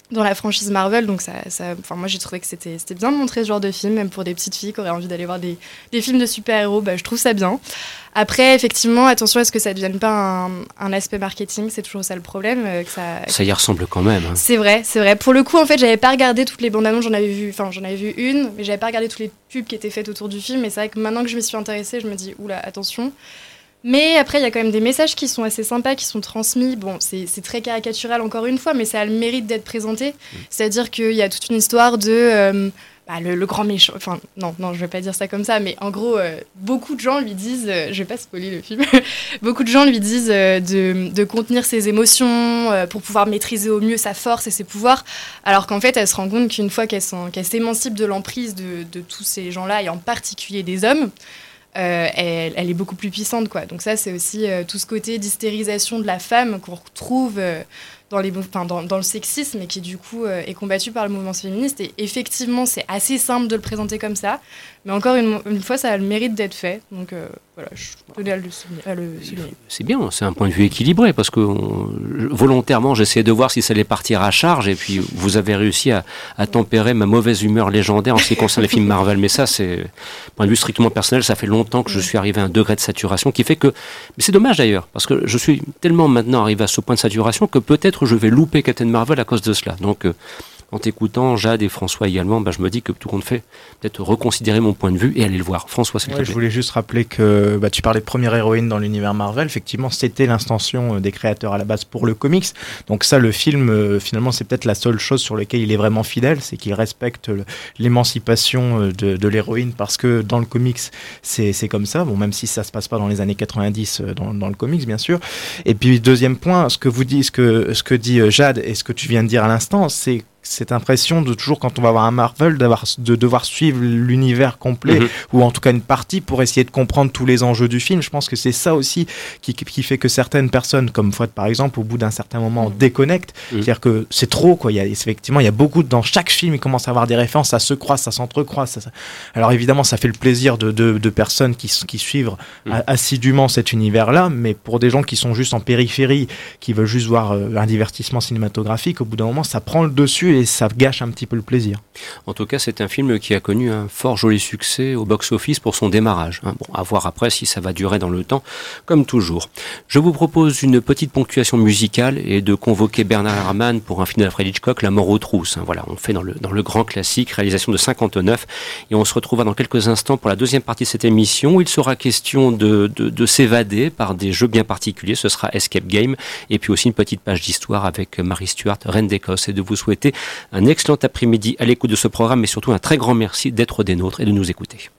dans la franchise Marvel, donc ça, ça, enfin moi j'ai trouvé que c'était, c'était bien de montrer ce genre de film, même pour des petites filles qui auraient envie d'aller voir des, des films de super-héros, bah, je trouve ça bien. Après, effectivement, attention à ce que ça ne devienne pas un, un aspect marketing, c'est toujours ça le problème. Euh, que ça, ça y ressemble quand même. Hein. C'est vrai, c'est vrai. Pour le coup, en fait, j'avais pas regardé toutes les bandes annonces, j'en avais vu, enfin j'en avais vu une, mais j'avais pas regardé toutes les pubs qui étaient faites autour du film, et c'est vrai que maintenant que je m'y suis intéressée, je me dis, oula, attention. Mais après, il y a quand même des messages qui sont assez sympas, qui sont transmis. Bon, c'est, c'est très caricatural encore une fois, mais ça a le mérite d'être présenté. Mmh. C'est-à-dire qu'il y a toute une histoire de euh, bah, le, le grand méchant. Enfin, non, non, je vais pas dire ça comme ça, mais en gros, euh, beaucoup de gens lui disent. Euh, je vais pas spoiler le film. Beaucoup de gens lui disent euh, de, de contenir ses émotions euh, pour pouvoir maîtriser au mieux sa force et ses pouvoirs. Alors qu'en fait, elle se rend compte qu'une fois qu'elle, sont, qu'elle s'émancipe de l'emprise de, de tous ces gens-là, et en particulier des hommes. Euh, elle, elle est beaucoup plus puissante, quoi. Donc ça, c'est aussi euh, tout ce côté d'hystérisation de la femme qu'on retrouve euh, dans, les, enfin, dans, dans le sexisme et qui, du coup, euh, est combattu par le mouvement féministe. Et effectivement, c'est assez simple de le présenter comme ça. Mais encore une, une fois, ça a le mérite d'être fait. Donc euh, voilà, je tenais à le souligner, à le souligner. C'est bien, c'est un point de vue équilibré, parce que on, volontairement, j'essayais de voir si ça allait partir à charge, et puis vous avez réussi à, à tempérer ma mauvaise humeur légendaire en ce qui concerne les films Marvel. Mais ça, c'est, point de vue strictement personnel, ça fait longtemps que je suis arrivé à un degré de saturation qui fait que... Mais c'est dommage d'ailleurs, parce que je suis tellement maintenant arrivé à ce point de saturation que peut-être je vais louper Captain Marvel à cause de cela. Donc... Euh, en t'écoutant, Jade et François également, bah, je me dis que tout compte fait, peut-être reconsidérer mon point de vue et aller le voir. François, s'il te plaît. Je voulais juste rappeler que bah, tu parlais de première héroïne dans l'univers Marvel. Effectivement, c'était l'intention des créateurs à la base pour le comics. Donc ça, le film, euh, finalement, c'est peut-être la seule chose sur laquelle il est vraiment fidèle, c'est qu'il respecte le, l'émancipation de, de l'héroïne, parce que dans le comics, c'est, c'est comme ça. Bon, même si ça se passe pas dans les années quatre-vingt-dix dans, dans le comics, bien sûr. Et puis, deuxième point, ce que vous dites, ce que, ce que dit Jade et ce que tu viens de dire à l'instant, c'est cette impression de toujours, quand on va voir un Marvel, d'avoir, de devoir suivre l'univers complet, mmh. ou en tout cas une partie, pour essayer de comprendre tous les enjeux du film. Je pense que c'est ça aussi qui, qui fait que certaines personnes, comme Fouad par exemple, au bout d'un certain moment, mmh. déconnectent. Mmh. C'est-à-dire que c'est trop, quoi. Il y a, effectivement, il y a beaucoup, dans chaque film, il commence à avoir des références, ça se croise, ça s'entrecroise. Ça, ça... Alors évidemment, ça fait le plaisir de, de, de personnes qui, qui suivent mmh. assidûment cet univers-là, mais pour des gens qui sont juste en périphérie, qui veulent juste voir euh, un divertissement cinématographique, au bout d'un moment, ça prend le dessus et ça gâche un petit peu le plaisir. En tout cas, c'est un film qui a connu un fort joli succès au box-office pour son démarrage. Bon, à voir après si ça va durer dans le temps, comme toujours. Je vous propose une petite ponctuation musicale et de convoquer Bernard Herrmann pour un film d'Alfred Hitchcock, La mort aux trousses. Voilà, on fait dans le, dans le grand classique, réalisation de cinquante-neuf, et on se retrouvera dans quelques instants pour la deuxième partie de cette émission, où il sera question de, de, de s'évader par des jeux bien particuliers. Ce sera Escape Game, et puis aussi une petite page d'histoire avec Marie Stuart, reine d'Écosse, et de vous souhaiter un excellent après-midi à l'écoute de ce programme, mais surtout un très grand merci d'être des nôtres et de nous écouter.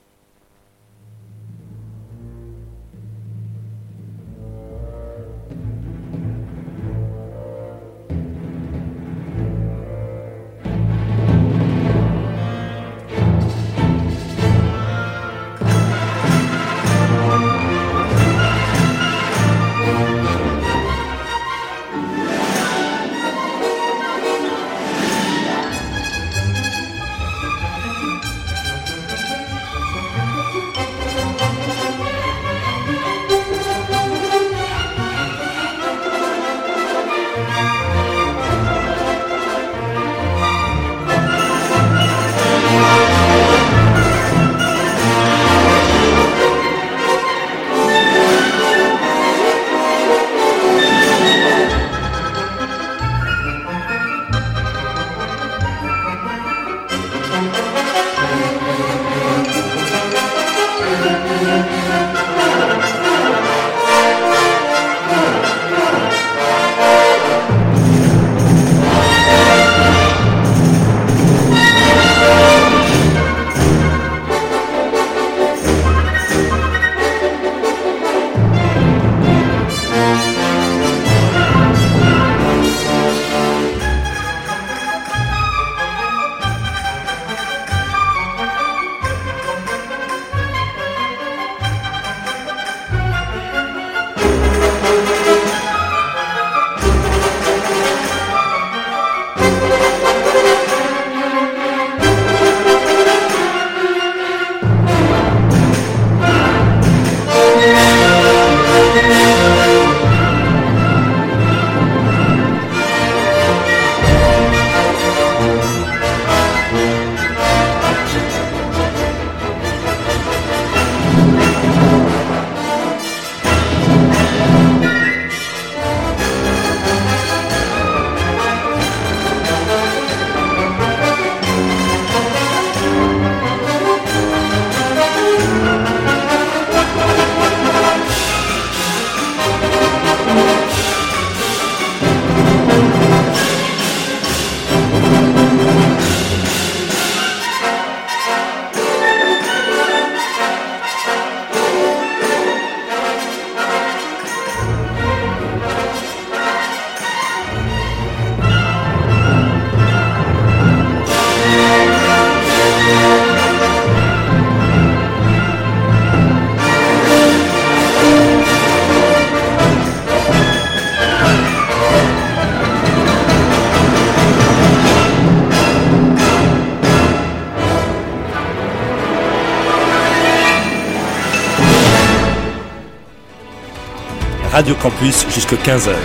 Radio Campus jusqu'à quinze heures.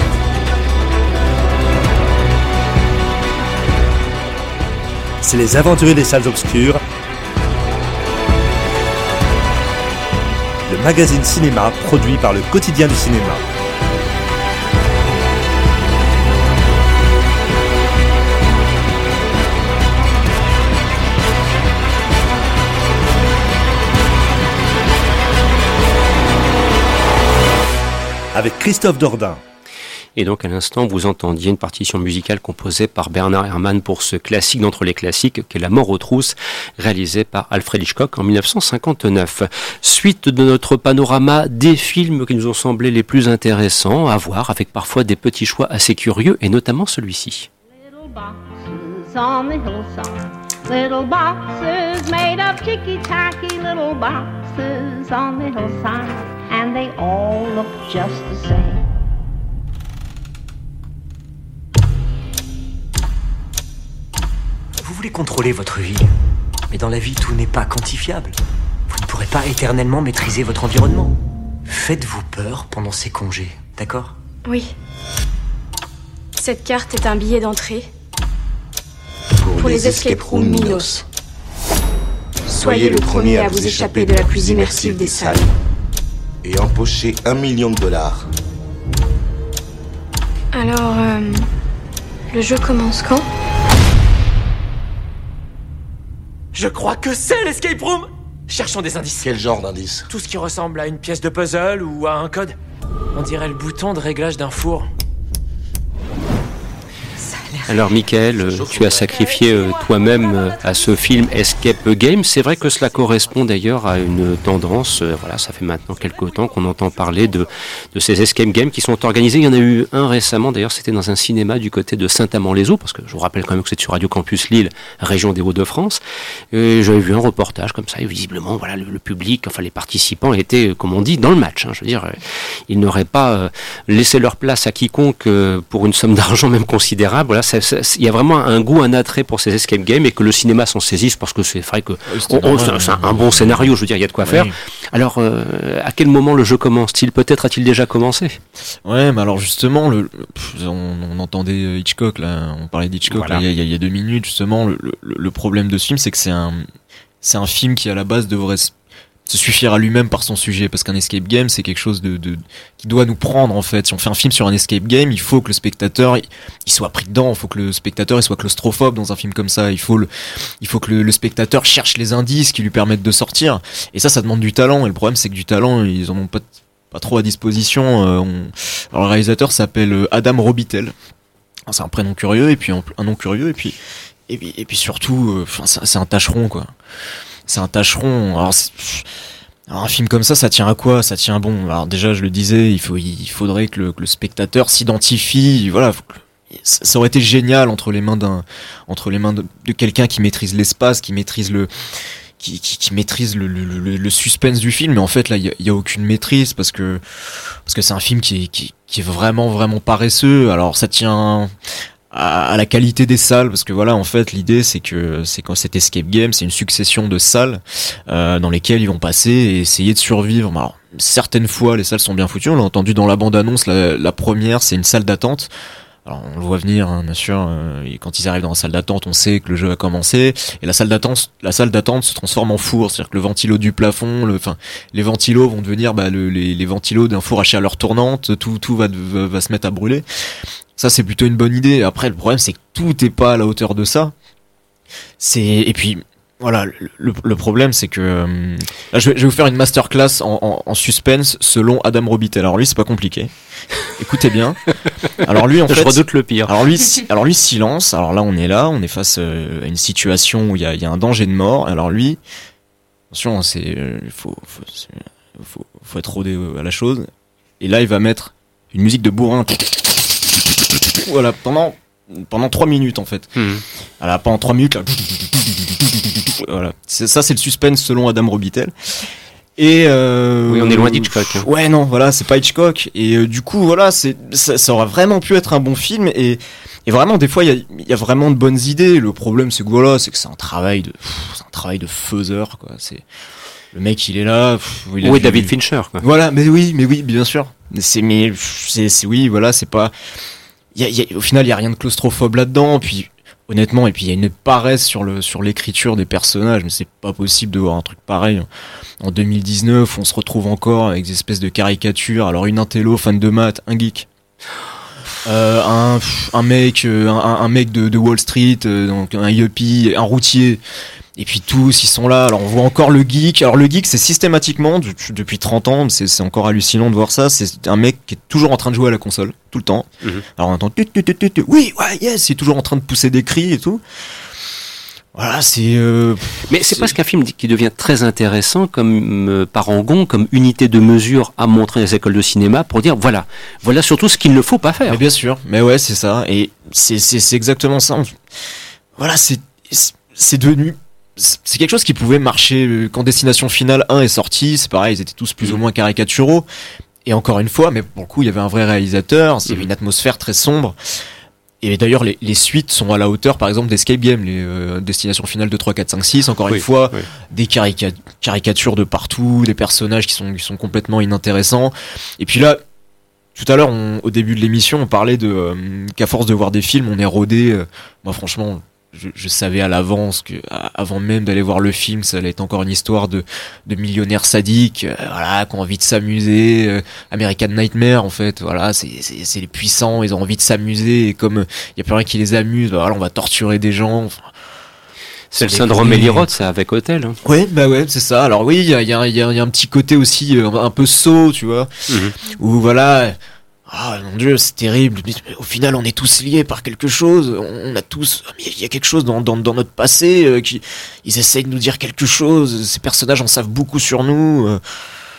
C'est les aventuriers des salles obscures, le magazine cinéma produit par le quotidien du cinéma. Avec Christophe Dordain. Et donc à l'instant, vous entendiez une partition musicale composée par Bernard Herrmann pour ce classique d'entre les classiques qu'est La mort aux trousses, réalisé par Alfred Hitchcock en dix-neuf cent cinquante-neuf. Suite de notre panorama des films qui nous ont semblé les plus intéressants à voir, avec parfois des petits choix assez curieux, et notamment celui-ci. Little boxes on the hillside, little boxes made of ticky-tacky, little boxes on the hillside, and they all look just the same. Vous voulez contrôler votre vie, mais dans la vie, tout n'est pas quantifiable. Vous ne pourrez pas éternellement maîtriser votre environnement. Faites-vous peur pendant ces congés, d'accord ? Oui. Cette carte est un billet d'entrée pour, pour les, les escape rooms Minos. Soyez le premier à vous échapper de la plus immersive des salles et empocher un million de dollars. Alors, euh, le jeu commence quand ? Je crois que c'est l'escape room. Cherchons des indices. Quel genre d'indice ? Tout ce qui ressemble à une pièce de puzzle ou à un code. On dirait le bouton de réglage d'un four. Alors Michael, tu as sacrifié euh, toi-même euh, à ce film Escape Game. C'est vrai que cela correspond d'ailleurs à une tendance, euh, voilà, ça fait maintenant quelques temps qu'on entend parler de, de ces Escape Games qui sont organisés. Il y en a eu un récemment, d'ailleurs c'était dans un cinéma du côté de Saint-Amand-les-Eaux, parce que je vous rappelle quand même que c'est sur Radio Campus Lille, région des Hauts-de-France. Et j'avais vu un reportage comme ça, et visiblement voilà, le, le public, enfin les participants étaient, comme on dit, dans le match. Hein. Je veux dire, euh, ils n'auraient pas euh, laissé leur place à quiconque euh, pour une somme d'argent même considérable. Voilà, ça, il y a vraiment un goût, un attrait pour ces escape games, et que le cinéma s'en saisisse parce que c'est vrai que oui, on, on, c'est, c'est un, un bon scénario, je veux dire, il y a de quoi oui. faire. Alors, euh, à quel moment le jeu commence-t-il ? Peut-être a-t-il déjà commencé ? Ouais, mais alors justement, le, on, on entendait Hitchcock, là, on parlait d'Hitchcock voilà. là, il, y a, il y a deux minutes, justement, le, le, le problème de ce film, c'est que c'est un, c'est un film qui à la base devrait se suffire à lui-même par son sujet, parce qu'un escape game c'est quelque chose de, de qui doit nous prendre en fait. Si on fait un film sur un escape game, il faut que le spectateur il, il soit pris dedans, il faut que le spectateur il soit claustrophobe dans un film comme ça, il faut le il faut que le, le spectateur cherche les indices qui lui permettent de sortir, et ça ça demande du talent, et le problème c'est que du talent ils en ont pas pas trop à disposition. euh, on... Alors le réalisateur s'appelle Adam Robitel, c'est un prénom curieux et puis un, un nom curieux et puis et puis, et puis surtout enfin euh, c'est, c'est un tâcheron quoi. C'est un tâcheron. Alors, alors un film comme ça, ça tient à quoi ? Ça tient bon. Alors déjà, je le disais, il faut, il faudrait que le, que le spectateur s'identifie. Voilà, faut que, ça aurait été génial entre les mains d'un, entre les mains de, de quelqu'un qui maîtrise l'espace, qui maîtrise le, qui, qui, qui maîtrise le, le, le, le suspense du film. Mais en fait, là, il y a, y a aucune maîtrise parce que, parce que c'est un film qui est, qui, qui est vraiment, vraiment paresseux. Alors, ça tient à la qualité des salles, parce que voilà, en fait l'idée c'est que c'est quand cet escape game c'est une succession de salles euh, dans lesquelles ils vont passer et essayer de survivre. Alors certaines fois les salles sont bien foutues, on l'a entendu dans la bande annonce, la, la première c'est une salle d'attente. Alors on le voit venir, hein, bien sûr, euh, et quand ils arrivent dans la salle d'attente on sait que le jeu a commencé, et la salle d'attente la salle d'attente se transforme en four, c'est-à-dire que le ventilo du plafond, le, enfin les ventilos vont devenir bah, le, les, les ventilos d'un four à chaleur tournante, tout, tout va, va, va se mettre à brûler. Ça, c'est plutôt une bonne idée. Après, le problème, c'est que tout n'est pas à la hauteur de ça. C'est, et puis, voilà, le, le problème, c'est que, euh, là, je vais, je vais vous faire une masterclass en, en, en suspense selon Adam Robitel. Alors lui, c'est pas compliqué. Écoutez bien. Alors lui, en fait. Je redoute le pire. Alors lui, si, alors lui, silence. Alors là, on est là, on est face euh, à une situation où il y a, il y a un danger de mort. Alors lui, attention, c'est, il euh, faut, faut, faut, faut être rodé à la chose. Et là, il va mettre une musique de bourrin. Voilà, pendant pendant trois minutes en fait. Mmh. Alors pendant trois minutes là. Voilà, c'est, ça c'est le suspense selon Adam Robitel. Et euh, oui, on est loin d'Hitchcock. Hein. Ouais, non, voilà, c'est pas Hitchcock. Et euh, du coup, voilà, c'est ça, ça aurait vraiment pu être un bon film. Et et vraiment, des fois, il y a il y a vraiment de bonnes idées. Le problème, c'est que voilà, c'est que c'est un travail de c'est un travail de faiseur quoi. C'est Le mec, il est là. Pff, il oui, vu... David Fincher, quoi. Voilà, mais oui, mais oui, bien sûr. C'est, mais, c'est, c'est oui, voilà, c'est pas. Y a, y a, au final, il y a rien de claustrophobe là-dedans. Puis, honnêtement, et puis il y a une paresse sur le sur l'écriture des personnages. Mais c'est pas possible de voir un truc pareil en deux mille dix-neuf. Où on se retrouve encore avec des espèces de caricatures. Alors, une intello, fan de maths, un geek. Euh, un, un mec, un, un mec de, de Wall Street, euh, donc un yuppie, un routier. Et puis tous, ils sont là. Alors on voit encore le geek. Alors le geek, c'est systématiquement, depuis trente ans, c'est, c'est encore hallucinant de voir ça. C'est un mec qui est toujours en train de jouer à la console, tout le temps. Mm-hmm. Alors on entend tu, tu, tu, tu, tu. Oui, ouais, yes, il est toujours en train de pousser des cris et tout. Voilà, c'est. Euh, Mais c'est, c'est presque un film qui devient très intéressant comme euh, parangon, comme unité de mesure à montrer dans les écoles de cinéma pour dire voilà, voilà surtout ce qu'il ne faut pas faire. Mais bien sûr, mais ouais, c'est ça. Et c'est, c'est, c'est exactement ça. Voilà, c'est, c'est, c'est devenu. C'est quelque chose qui pouvait marcher quand Destination Finale un est sorti, c'est pareil, ils étaient tous plus ou moins caricaturaux. Et encore une fois, mais pour le coup, il y avait un vrai réalisateur, il y avait une atmosphère très sombre. Et d'ailleurs, les, les suites sont à la hauteur, par exemple, d'Escape Game, les euh, Destinations Finale deux, trois, quatre, cinq, six, encore oui, une fois, oui. des carica- caricatures de partout, des personnages qui sont, qui sont complètement inintéressants. Et puis là, tout à l'heure, on, au début de l'émission, on parlait de euh, qu'à force de voir des films, on est rodé. Euh, moi, franchement... Je, je savais à l'avance que, avant même d'aller voir le film, ça allait être encore une histoire de, de millionnaires sadiques, euh, voilà, qui ont envie de s'amuser, euh, American Nightmare, en fait, voilà, c'est, c'est, c'est les puissants, ils ont envie de s'amuser, et comme il euh, y a plus rien qui les amuse, bah, voilà, on va torturer des gens, enfin, c'est le syndrome Eli Roth, ça, avec Hotel. Hein. Ouais, bah ouais, c'est ça. Alors oui, il y a, y, a, y, a, y a un petit côté aussi euh, un peu saut, tu vois, mm-hmm. où voilà... Ah mon Dieu, c'est terrible. Au final, on est tous liés par quelque chose. On a tous, il y a quelque chose dans dans, dans notre passé euh, qui, ils essayent de nous dire quelque chose. Ces personnages en savent beaucoup sur nous. Euh,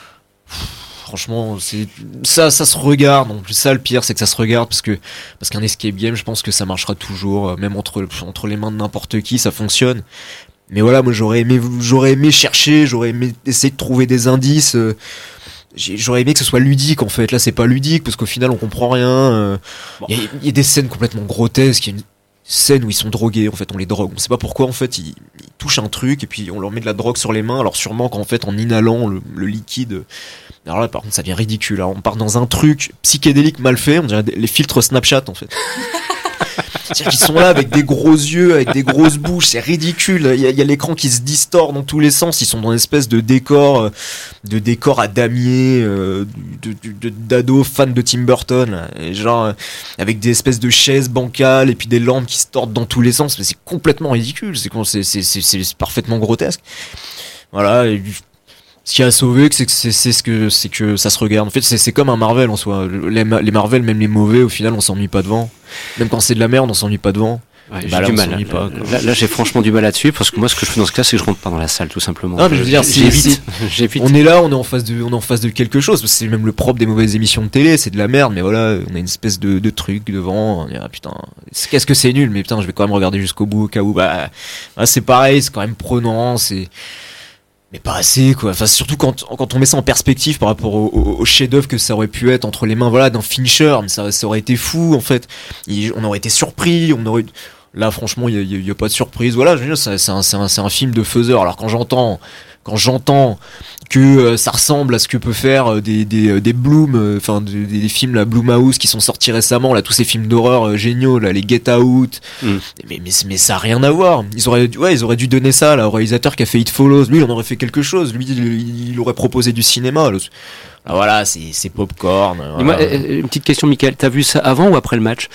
franchement, c'est ça, ça se regarde. Donc ça, le pire, c'est que ça se regarde parce que parce qu'un escape game, je pense que ça marchera toujours, même entre entre les mains de n'importe qui, ça fonctionne. Mais voilà, moi j'aurais aimé, j'aurais aimé chercher, j'aurais aimé essayer de trouver des indices. Euh, J'aurais aimé que ce soit ludique en fait. Là c'est pas ludique parce qu'au final on comprend rien. Il bon. y, a, y a des scènes complètement grotesques. Il y a une scène où ils sont drogués en fait, on les drogue. On sait pas pourquoi en fait ils, ils touchent un truc et puis on leur met de la drogue sur les mains. Alors sûrement qu'en fait en inhalant le, le liquide. Alors là par contre ça devient ridicule. Alors, on part dans un truc psychédélique mal fait. On dirait les filtres Snapchat en fait. C'est-à-dire qu'ils sont là avec des gros yeux, avec des grosses bouches, c'est ridicule. Il y a, il y a l'écran qui se distord dans tous les sens. Ils sont dans une espèce de décor, de décor à damier, euh, de, de, de, d'ados fans de Tim Burton, là. Et genre avec des espèces de chaises bancales et puis des lampes qui se tordent dans tous les sens. Mais c'est complètement ridicule. C'est c'est c'est c'est, c'est parfaitement grotesque. Voilà. Et ce qui a sauvé, c'est que c'est, c'est ce que c'est que ça se regarde. En fait, c'est c'est comme un Marvel en soi. Les, les Marvel, même les mauvais, au final, on s'ennuie pas devant. Même quand c'est de la merde, on s'ennuie pas devant. Ouais, bah j'ai là, du mal. Là, pas, là, là, j'ai franchement du mal là-dessus parce que moi, ce que je fais dans ce cas, c'est que je rentre pas dans la salle, tout simplement. Non, mais je veux dire, c'est, j'évite. c'est, j'évite. On est là, on est en face de, on est en face de quelque chose. C'est même le propre des mauvaises émissions de télé, c'est de la merde. Mais voilà, on a une espèce de, de truc devant. On dit, ah, putain, qu'est-ce que c'est nul. Mais putain, je vais quand même regarder jusqu'au bout au cas où. Bah, bah c'est pareil, c'est quand même prenant. C'est mais pas assez quoi, enfin surtout quand quand on met ça en perspective par rapport au, au, au chef-d'œuvre que ça aurait pu être entre les mains voilà d'un Fincher, mais ça ça aurait été fou en fait. Il, on aurait été surpris, on aurait là franchement il y a, y a pas de surprise. Voilà, je veux dire c'est c'est un c'est un c'est un film de faiseur. Alors quand j'entends quand j'entends que euh, ça ressemble à ce que peut faire euh, des des des Bloom, enfin euh, des, des films la Blumhouse qui sont sortis récemment là, tous ces films d'horreur euh, géniaux là, les Get Out, mm. mais, mais mais ça a rien à voir. Ils auraient ouais ils auraient dû donner ça là au réalisateur qui a fait It Follows. Lui il en aurait fait quelque chose. Lui il, il aurait proposé du cinéma. Là. Ah, voilà, c'est c'est popcorn. Voilà. Moi, euh, une petite question, Michael, t'as vu ça avant ou après le match?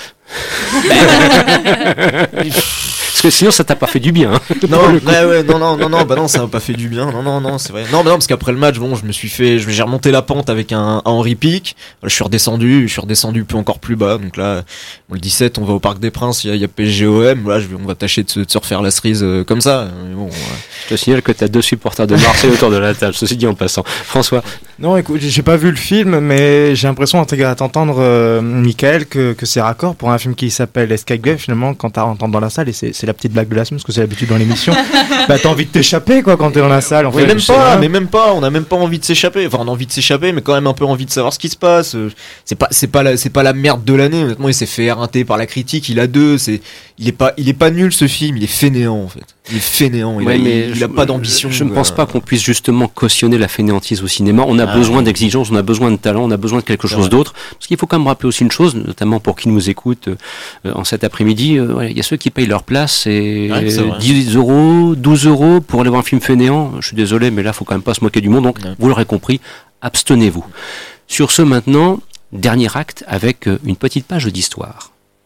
Parce que sinon ça t'a pas fait du bien. Hein, non, ouais, ouais, non, non, non, non, bah non, ça m'a pas fait du bien. Non, non, non, c'est vrai. Non, bah non, parce qu'après le match, bon, je me suis fait, j'ai remonté la pente avec un, un Henri Pic. Je suis redescendu, je suis redescendu plus encore plus bas. Donc là, bon, le dix-sept, on va au Parc des Princes, il y a, il y a P S G O M. Là, je vais, on va tâcher de se, de se refaire la cerise euh, comme ça. Mais bon, ouais. Je te signale que t'as deux supporters de Marseille autour de la table. Ceci dit en passant. François. Non, écoute, j'ai pas vu le film, mais j'ai l'impression à t'entendre, euh, Michael, que, que c'est raccord pour un film qui s'appelle Escape Game. Finalement, quand t'as entendu dans la salle, et c'est, c'est la petite blague de la semaine, parce que c'est l'habitude dans l'émission, bah t'as envie de t'échapper quoi quand t'es dans la salle. En oui, fait, même pas, mais même pas. On a même pas envie de s'échapper. Enfin, on a envie de s'échapper, mais quand même un peu envie de savoir ce qui se passe. C'est pas, c'est pas la, c'est pas la merde de l'année. Honnêtement, il s'est fait éreinter par la critique. Il a deux. C'est, il est pas, il est pas nul ce film, il est fainéant en fait. Il est fainéant, il, ouais, a, mais il, je, a pas d'ambition. Je, je ne euh... pense pas qu'on puisse justement cautionner la fainéantise au cinéma. On a ah, besoin ouais. d'exigence, on a besoin de talent, on a besoin de quelque chose d'autre. Parce qu'il faut quand même rappeler aussi une chose, notamment pour qui nous écoute euh, en cet après-midi, euh, ouais, il y a ceux qui payent leur place et ouais, dix euros, douze euros pour aller voir un film fainéant. Je suis désolé, mais là, il faut quand même pas se moquer du monde. Donc, ouais. vous l'aurez compris, abstenez-vous. Sur ce, maintenant, dernier acte avec une petite page d'histoire.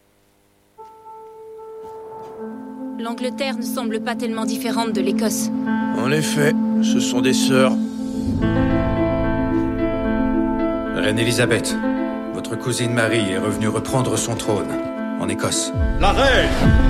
L'Angleterre ne semble pas tellement différente de l'Écosse. En effet, ce sont des sœurs. Reine Elisabeth, votre cousine Marie est revenue reprendre son trône en Écosse. La reine!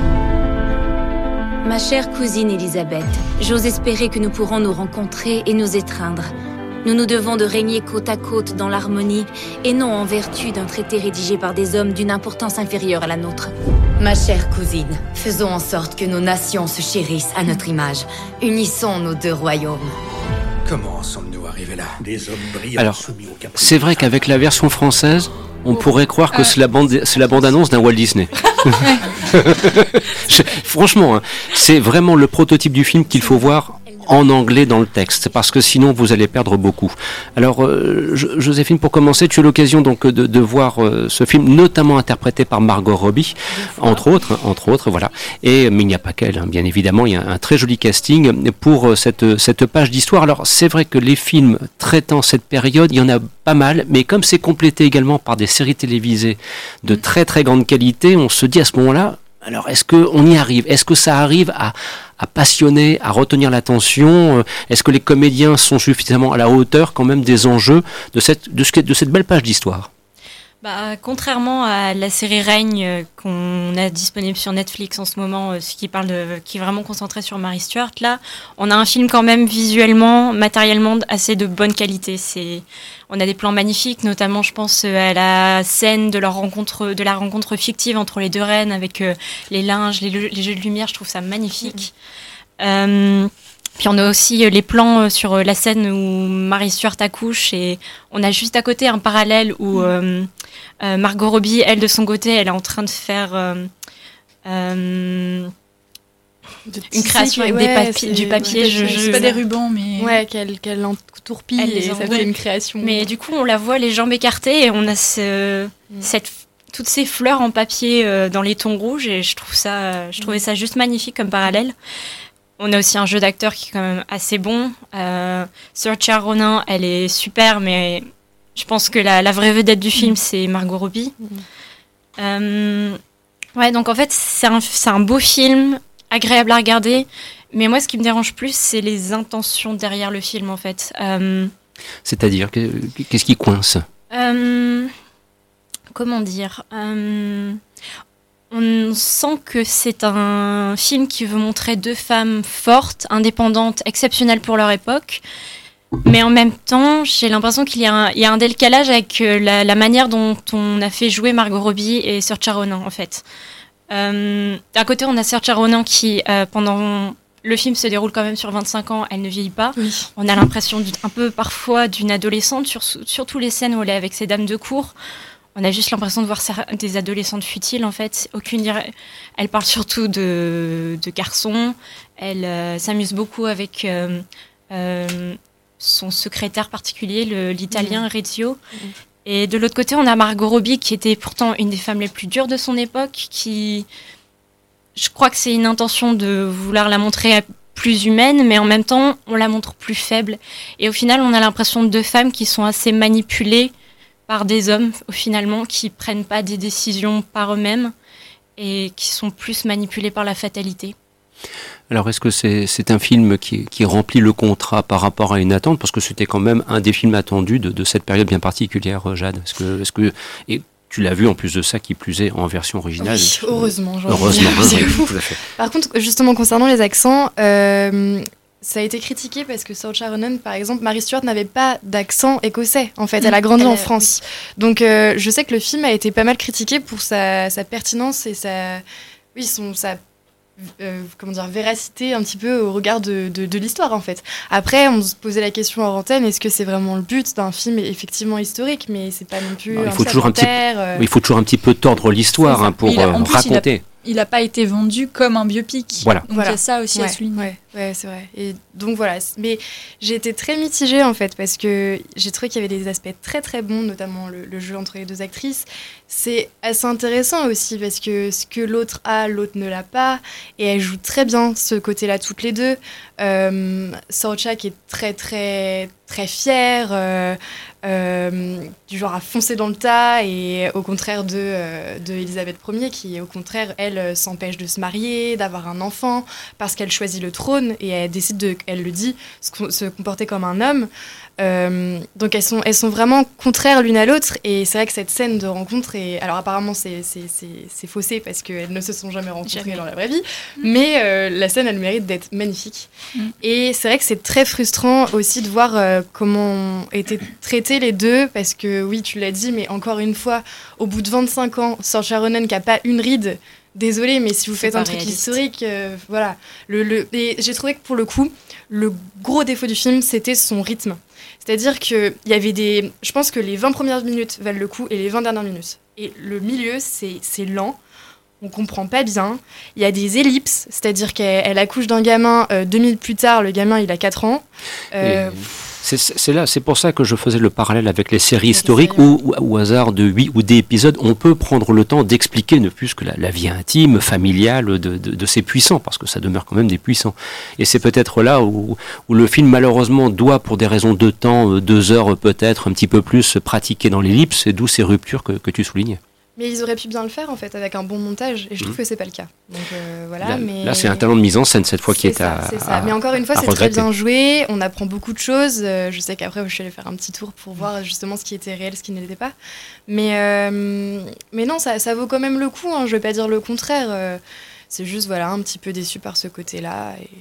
Ma chère cousine Elisabeth, j'ose espérer que nous pourrons nous rencontrer et nous étreindre. Nous nous devons de régner côte à côte dans l'harmonie et non en vertu d'un traité rédigé par des hommes d'une importance inférieure à la nôtre. Ma chère cousine, faisons en sorte que nos nations se chérissent à notre image. Unissons nos deux royaumes. Comment en sommes-nous arrivés là? Des hommes brillants. Alors, c'est vrai qu'avec la version française, on pourrait croire que c'est la bande, c'est la bande-annonce d'un Walt Disney. Je, franchement, hein, c'est vraiment le prototype du film qu'il faut voir en anglais dans le texte, parce que sinon vous allez perdre beaucoup. Alors, euh, Joséphine, pour commencer, tu as l'occasion donc de, de voir euh, ce film, notamment interprété par Margot Robbie, entre autres, hein, entre autres, voilà. Et mais il n'y a pas qu'elle, hein, bien évidemment, il y a un très joli casting pour euh, cette cette page d'histoire. Alors, c'est vrai que les films traitant cette période, il y en a pas mal, mais comme c'est complété également par des séries télévisées de très très grande qualité, on se dit à ce moment-là, alors est-ce qu'on y arrive? Est-ce que ça arrive à, à passionner, à retenir l'attention? Est-ce que les comédiens sont suffisamment à la hauteur quand même des enjeux de cette, de ce, de cette belle page d'histoire? Bah, contrairement à la série Règne euh, qu'on a disponible sur Netflix en ce moment, euh, ce qui parle de, qui est vraiment concentré sur Mary Stuart, là, on a un film quand même visuellement, matériellement assez de bonne qualité. C'est, on a des plans magnifiques, notamment, je pense à la scène de leur rencontre, de la rencontre fictive entre les deux reines avec euh, les linges, les, les jeux de lumière. Je trouve ça magnifique. Mmh. Euh, Puis on a aussi les plans sur la scène où Mary Stuart accouche et on a juste à côté un parallèle où euh, euh, Margot Robbie, elle de son côté, elle est en train de faire euh, euh, de une création avec ouais, des papiers, du papier. Ouais, je, je, je, pas des rubans, mais ouais, qu'elle qu'elle entourpille et ça fait une création. Mais du coup, on la voit les jambes écartées et on a ce, mm. cette toutes ces fleurs en papier euh, dans les tons rouges et je trouve ça, je trouvais ça juste magnifique comme parallèle. On a aussi un jeu d'acteur qui est quand même assez bon. Euh, Saoirse Ronan, elle est super, mais je pense que la, la vraie vedette du film, c'est Margot Robbie. Mm. Euh, ouais, donc en fait, c'est un, c'est un beau film, agréable à regarder. Mais moi, ce qui me dérange plus, c'est les intentions derrière le film, en fait. Euh, C'est-à-dire, qu'est-ce qui coince? euh, Comment dire euh, On sent que c'est un film qui veut montrer deux femmes fortes, indépendantes, exceptionnelles pour leur époque. Mais en même temps, j'ai l'impression qu'il y a un, il y a un décalage avec la, la manière dont on a fait jouer Margot Robbie et Saoirse Ronan, en fait. Euh, d'un côté, on a Saoirse Ronan qui, euh, pendant... Le film se déroule quand même sur vingt-cinq ans, elle ne vieillit pas. Oui. On a l'impression un peu parfois d'une adolescente, sur, surtout les scènes où elle est avec ses dames de cour. On a juste l'impression de voir des adolescentes futiles, en fait. Aucune... Elle parle surtout de, de garçons. Elle euh, s'amuse beaucoup avec euh, euh, son secrétaire particulier, le, l'italien mmh. Rezio. Mmh. Et de l'autre côté, on a Margot Robbie, qui était pourtant une des femmes les plus dures de son époque, qui... Je crois que c'est une intention de vouloir la montrer plus humaine, mais en même temps, on la montre plus faible. Et au final, on a l'impression de deux femmes qui sont assez manipulées par des hommes, finalement, qui prennent pas des décisions par eux-mêmes et qui sont plus manipulés par la fatalité. Alors, est-ce que c'est, c'est un film qui, qui remplit le contrat par rapport à une attente? Parce que c'était quand même un des films attendus de, de cette période bien particulière, Jade. Est-ce que, est-ce que, et tu l'as vu en plus de ça, qui plus est en version originale. Oui, heureusement. J'en heureusement, hein, oui, tout à fait. Par contre, justement, concernant les accents, euh, ça a été critiqué parce que Saoirse Ronan, par exemple, Mary Stuart n'avait pas d'accent écossais, en fait. Elle a grandi Elle, en France. Oui. Donc, euh, je sais que le film a été pas mal critiqué pour sa, sa pertinence et sa, oui, son, sa euh, comment dire, véracité un petit peu au regard de, de, de l'histoire, en fait. Après, on se posait la question en antenne, est-ce que c'est vraiment le but d'un film effectivement historique, mais c'est pas non plus non, il faut un toujours un petit, euh... Il faut toujours un petit peu tordre l'histoire hein, pour euh, en plus, raconter. il n'a pas été vendu comme un biopic. Voilà. Donc Voilà. il y a ça aussi ouais, à souligner. Ouais, ouais, c'est vrai. Et donc voilà. Mais j'ai été très mitigée en fait parce que j'ai trouvé qu'il y avait des aspects très très bons, notamment le, le jeu entre les deux actrices. C'est assez intéressant aussi parce que ce que l'autre a, l'autre ne l'a pas. Et elles jouent très bien ce côté-là toutes les deux. Euh, Sorcha qui est très très très fière, euh, euh, du genre à foncer dans le tas, et au contraire de, euh, de Elisabeth Ier qui au contraire elle euh, s'empêche de se marier, d'avoir un enfant parce qu'elle choisit le trône et elle décide de, elle le dit, se, se comporter comme un homme. Euh, donc elles sont, elles sont vraiment contraires l'une à l'autre, et c'est vrai que cette scène de rencontre est, alors apparemment c'est, c'est, c'est, c'est faussé parce qu'elles ne se sont jamais rencontrées jamais. dans la vraie vie, mmh. mais euh, la scène elle mérite d'être magnifique. Mmh. Et c'est vrai que c'est très frustrant aussi de voir euh, comment ont été traités les deux, parce que oui tu l'as dit, mais encore une fois au bout de vingt-cinq ans, Saoirse Ronan qui a pas une ride, désolée, mais si vous c'est faites un truc réaliste. historique, euh, voilà. Le, le, et j'ai trouvé que pour le coup, le gros défaut du film, c'était son rythme. C'est-à-dire qu'il y avait des... Je pense que les vingt premières minutes valent le coup et les vingt dernières minutes. Et le milieu, c'est, c'est lent. On comprend pas bien. Il y a des ellipses, c'est-à-dire qu'elle elle accouche d'un gamin, euh, deux minutes plus tard, le gamin, il a quatre ans. Euh, C'est, c'est là, c'est pour ça que je faisais le parallèle avec les séries historiques où, où, au hasard de huit ou dix épisodes, on peut prendre le temps d'expliquer ne plus que la, la vie intime, familiale de, de, de ces puissants, parce que ça demeure quand même des puissants. Et c'est peut-être là où, où le film, malheureusement, doit, pour des raisons de temps, deux heures peut-être, un petit peu plus, se pratiquer dans l'ellipse, et d'où ces ruptures que, que tu soulignes. Mais ils auraient pu bien le faire en fait avec un bon montage, et je trouve mmh. que c'est pas le cas. Donc euh, voilà. Là, mais là, c'est un talent de mise en scène cette fois c'est qui est ça, à. C'est ça. À, mais encore une fois, c'est regretter. très bien joué. On apprend beaucoup de choses. Euh, je sais qu'après, je suis allée faire un petit tour pour voir justement ce qui était réel, ce qui ne l'était pas. Mais euh, mais non, ça, ça vaut quand même le coup. Hein, je vais pas dire le contraire. Euh, c'est juste voilà un petit peu déçu par ce côté-là. Et...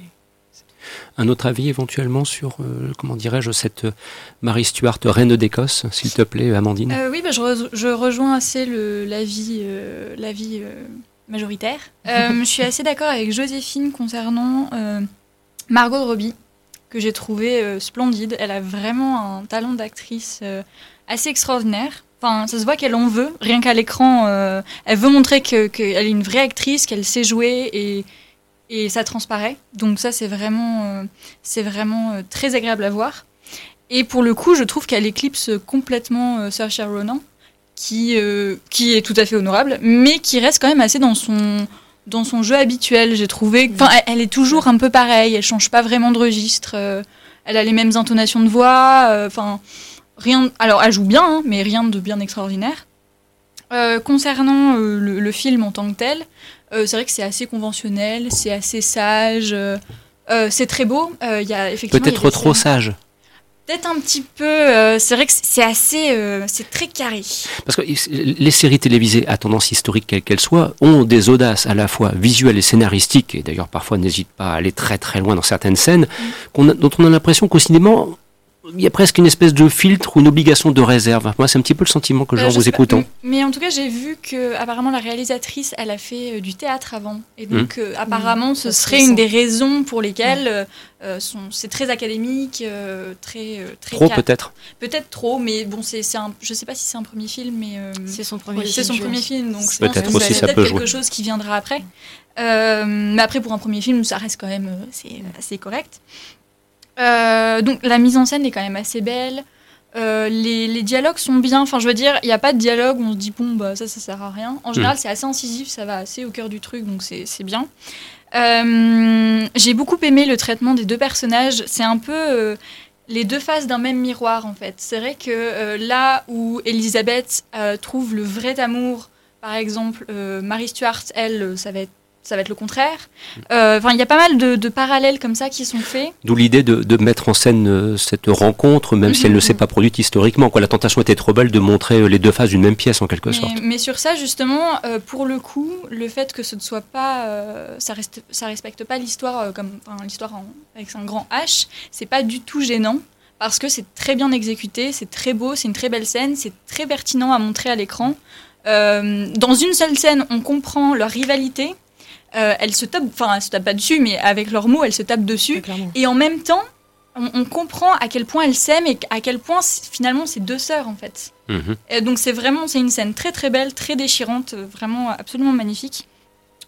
Un autre avis éventuellement sur, euh, comment dirais-je, cette Mary Stuart, reine d'Écosse, s'il te plaît, Amandine. euh, Oui, bah, je, re- je rejoins assez le, l'avis, euh, l'avis euh, majoritaire. Euh, je suis assez d'accord avec Joséphine concernant euh, Margot Robbie, que j'ai trouvée euh, splendide. Elle a vraiment un talent d'actrice euh, assez extraordinaire. Enfin, ça se voit qu'elle en veut, rien qu'à l'écran. Euh, elle veut montrer que, qu'elle est une vraie actrice, qu'elle sait jouer, et... Et ça transparaît, donc ça c'est vraiment, euh, c'est vraiment euh, très agréable à voir. Et pour le coup, je trouve qu'elle éclipse complètement euh, Saoirse Ronan, qui, euh, qui est tout à fait honorable, mais qui reste quand même assez dans son, dans son jeu habituel, j'ai trouvé. Enfin, elle, elle est toujours un peu pareille, elle change pas vraiment de registre, euh, elle a les mêmes intonations de voix, enfin, euh, rien... Alors, elle joue bien, hein, mais rien de bien extraordinaire. Euh, concernant euh, le, le film en tant que tel, euh, c'est vrai que c'est assez conventionnel, c'est assez sage, euh, euh, c'est très beau. Euh, y a, effectivement, peut-être y a trop scènes... sage. Peut-être un petit peu. Euh, c'est vrai que c'est assez, euh, c'est très carré. Parce que les séries télévisées à tendance historique quelle qu'elle soit ont des audaces à la fois visuelles et scénaristiques, et d'ailleurs parfois n'hésitent pas à aller très très loin dans certaines scènes, mmh. qu'on a, dont on a l'impression qu'au cinéma il y a presque une espèce de filtre ou une obligation de réserve. Moi, c'est un petit peu le sentiment que j'ai euh, en vous écoutant. Pas, mais en tout cas, j'ai vu que apparemment la réalisatrice, elle a fait euh, du théâtre avant, et donc mmh. euh, apparemment, mmh. ce ça serait une des raisons pour lesquelles mmh. euh, sont, c'est très académique, euh, très euh, très. Trop peut-être. Peut-être trop, mais bon, c'est, c'est un. Je sais pas si c'est un premier film, mais euh, c'est son premier. Oui, film, c'est son premier film, donc je peut-être pense que aussi c'est ça peut-être peut quelque jouer. chose qui viendra après. Euh, mais après, pour un premier film, ça reste quand même euh, c'est assez correct. Euh, donc la mise en scène est quand même assez belle, euh, les, les dialogues sont bien, enfin je veux dire, il n'y a pas de dialogue où on se dit bon bah ça ça sert à rien, en général mmh. c'est assez incisif, ça va assez au cœur du truc, donc c'est, c'est bien. Euh, j'ai beaucoup aimé le traitement des deux personnages, c'est un peu euh, les deux faces d'un même miroir en fait. C'est vrai que euh, là où Elisabeth euh, trouve le vrai amour, par exemple euh, Mary Stuart, elle, ça va être ça va être le contraire. Enfin, euh, il y a pas mal de, de parallèles comme ça qui sont faits. D'où l'idée de, de mettre en scène euh, cette rencontre, même mmh, si elle ne s'est pas produite historiquement. Quoi. La tentation était trop belle de montrer euh, les deux faces d'une même pièce, en quelque mais, sorte. Mais sur ça, justement, euh, pour le coup, le fait que ce ne soit pas... Euh, ça, reste, ça respecte pas l'histoire, euh, comme enfin, l'histoire en, avec un grand H, c'est pas du tout gênant, parce que c'est très bien exécuté, c'est très beau, c'est une très belle scène, c'est très pertinent à montrer à l'écran. Euh, dans une seule scène, on comprend leur rivalité. Euh, elles se tapent, enfin elles se tapent pas dessus, mais avec leurs mots, elles se tapent dessus. Ouais, et en même temps, on, on comprend à quel point elles s'aiment et à quel point finalement c'est deux sœurs en fait. Mmh. Et donc c'est vraiment, c'est une scène très très belle, très déchirante, vraiment absolument magnifique.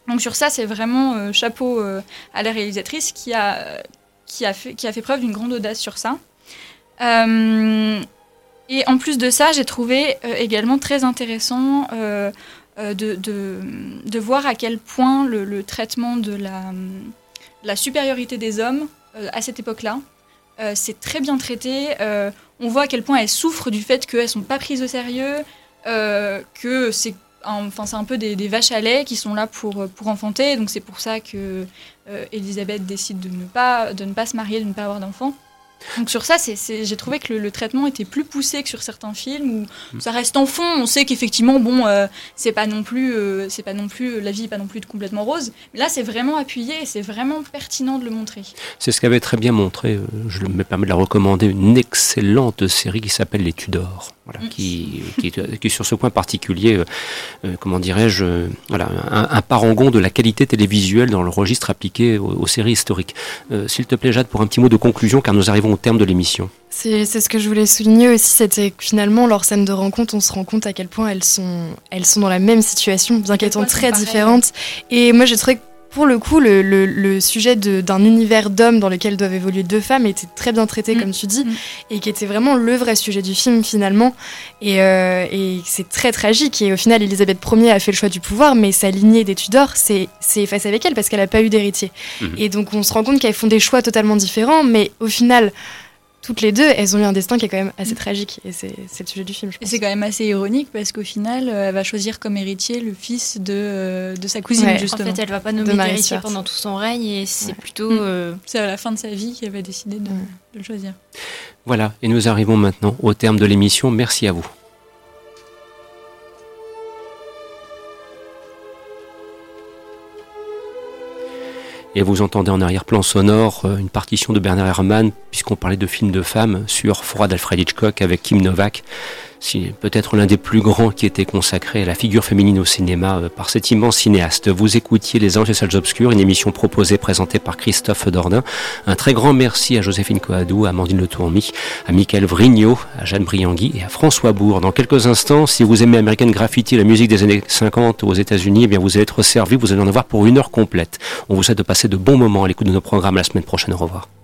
Donc sur ça, c'est vraiment euh, chapeau euh, à la réalisatrice qui a, qui, a fait, qui a fait preuve d'une grande audace sur ça. Euh, et en plus de ça, j'ai trouvé euh, également très intéressant euh, euh, de, de, de voir à quel point le, le traitement de la, la supériorité des hommes euh, à cette époque-là, euh, c'est très bien traité. Euh, on voit à quel point elles souffrent du fait qu'elles ne sont pas prises au sérieux, euh, que c'est Enfin, c'est un peu des, des vaches à lait qui sont là pour, pour enfanter. Donc c'est pour ça que euh, Elisabeth décide de ne, pas, de ne pas se marier, de ne pas avoir d'enfant. Donc sur ça, c'est, c'est, j'ai trouvé que le, le traitement était plus poussé que sur certains films où ça reste en fond. On sait qu'effectivement, bon, euh, c'est pas non plus, euh, c'est pas non plus, la vie n'est pas non plus complètement rose. Mais là, c'est vraiment appuyé et c'est vraiment pertinent de le montrer. C'est ce qu'avait très bien montré, je me permets de la recommander, une excellente série qui s'appelle Les Tudors. Voilà, mmh. qui, qui, qui sur ce point particulier, euh, comment dirais-je, euh, voilà, un, un parangon de la qualité télévisuelle dans le registre appliqué aux, aux séries historiques. Euh, s'il te plaît, Jade, pour un petit mot de conclusion, car nous arrivons au terme de l'émission. C'est, c'est ce que je voulais souligner aussi, c'était que finalement, leurs scènes de rencontre, on se rend compte à quel point elles sont, elles sont dans la même situation, bien qu'elles soient très différentes. Et moi, j'ai trouvé que pour le coup, le, le, le sujet de, d'un univers d'hommes dans lequel doivent évoluer deux femmes était très bien traité, mmh. comme tu dis, mmh. et qui était vraiment le vrai sujet du film, finalement. Et, euh, et c'est très tragique. Et au final, Elisabeth Ier a fait le choix du pouvoir, mais sa lignée des Tudors, c'est, c'est effacé avec elle parce qu'elle n'a pas eu d'héritier. Mmh. Et donc, on se rend compte qu'elles font des choix totalement différents, mais au final, toutes les deux, elles ont eu un destin qui est quand même assez mmh. tragique. Et c'est, c'est le sujet du film, je pense. Et c'est quand même assez ironique parce qu'au final, elle va choisir comme héritier le fils de, de sa cousine, ouais, justement. En fait, elle ne va pas nommer d'héritier pendant tout son règne et c'est ouais. plutôt... Mmh. Euh... C'est à la fin de sa vie qu'elle va décider de, mmh. de le choisir. Voilà, et nous arrivons maintenant au terme de l'émission. Merci à vous. Et vous entendez en arrière-plan sonore une partition de Bernard Herrmann, puisqu'on parlait de films de femmes, sur Froid d'Alfred Hitchcock avec Kim Novak. C'est peut-être l'un des plus grands qui était consacré à la figure féminine au cinéma par cet immense cinéaste. Vous écoutiez Les Anges et Salles Obscures, une émission proposée, présentée par Christophe Dordain. Un très grand merci à Joséphine Coadou, à Amandine Le Tourmy, à Michael Vrignot, à Jeanne Briangui et à François Bourg. Dans quelques instants, si vous aimez American Graffiti, la musique des années cinquante aux États-Unis, eh bien vous allez être servi, vous allez en avoir pour une heure complète. On vous souhaite de passer de bons moments à l'écoute de nos programmes la semaine prochaine. Au revoir.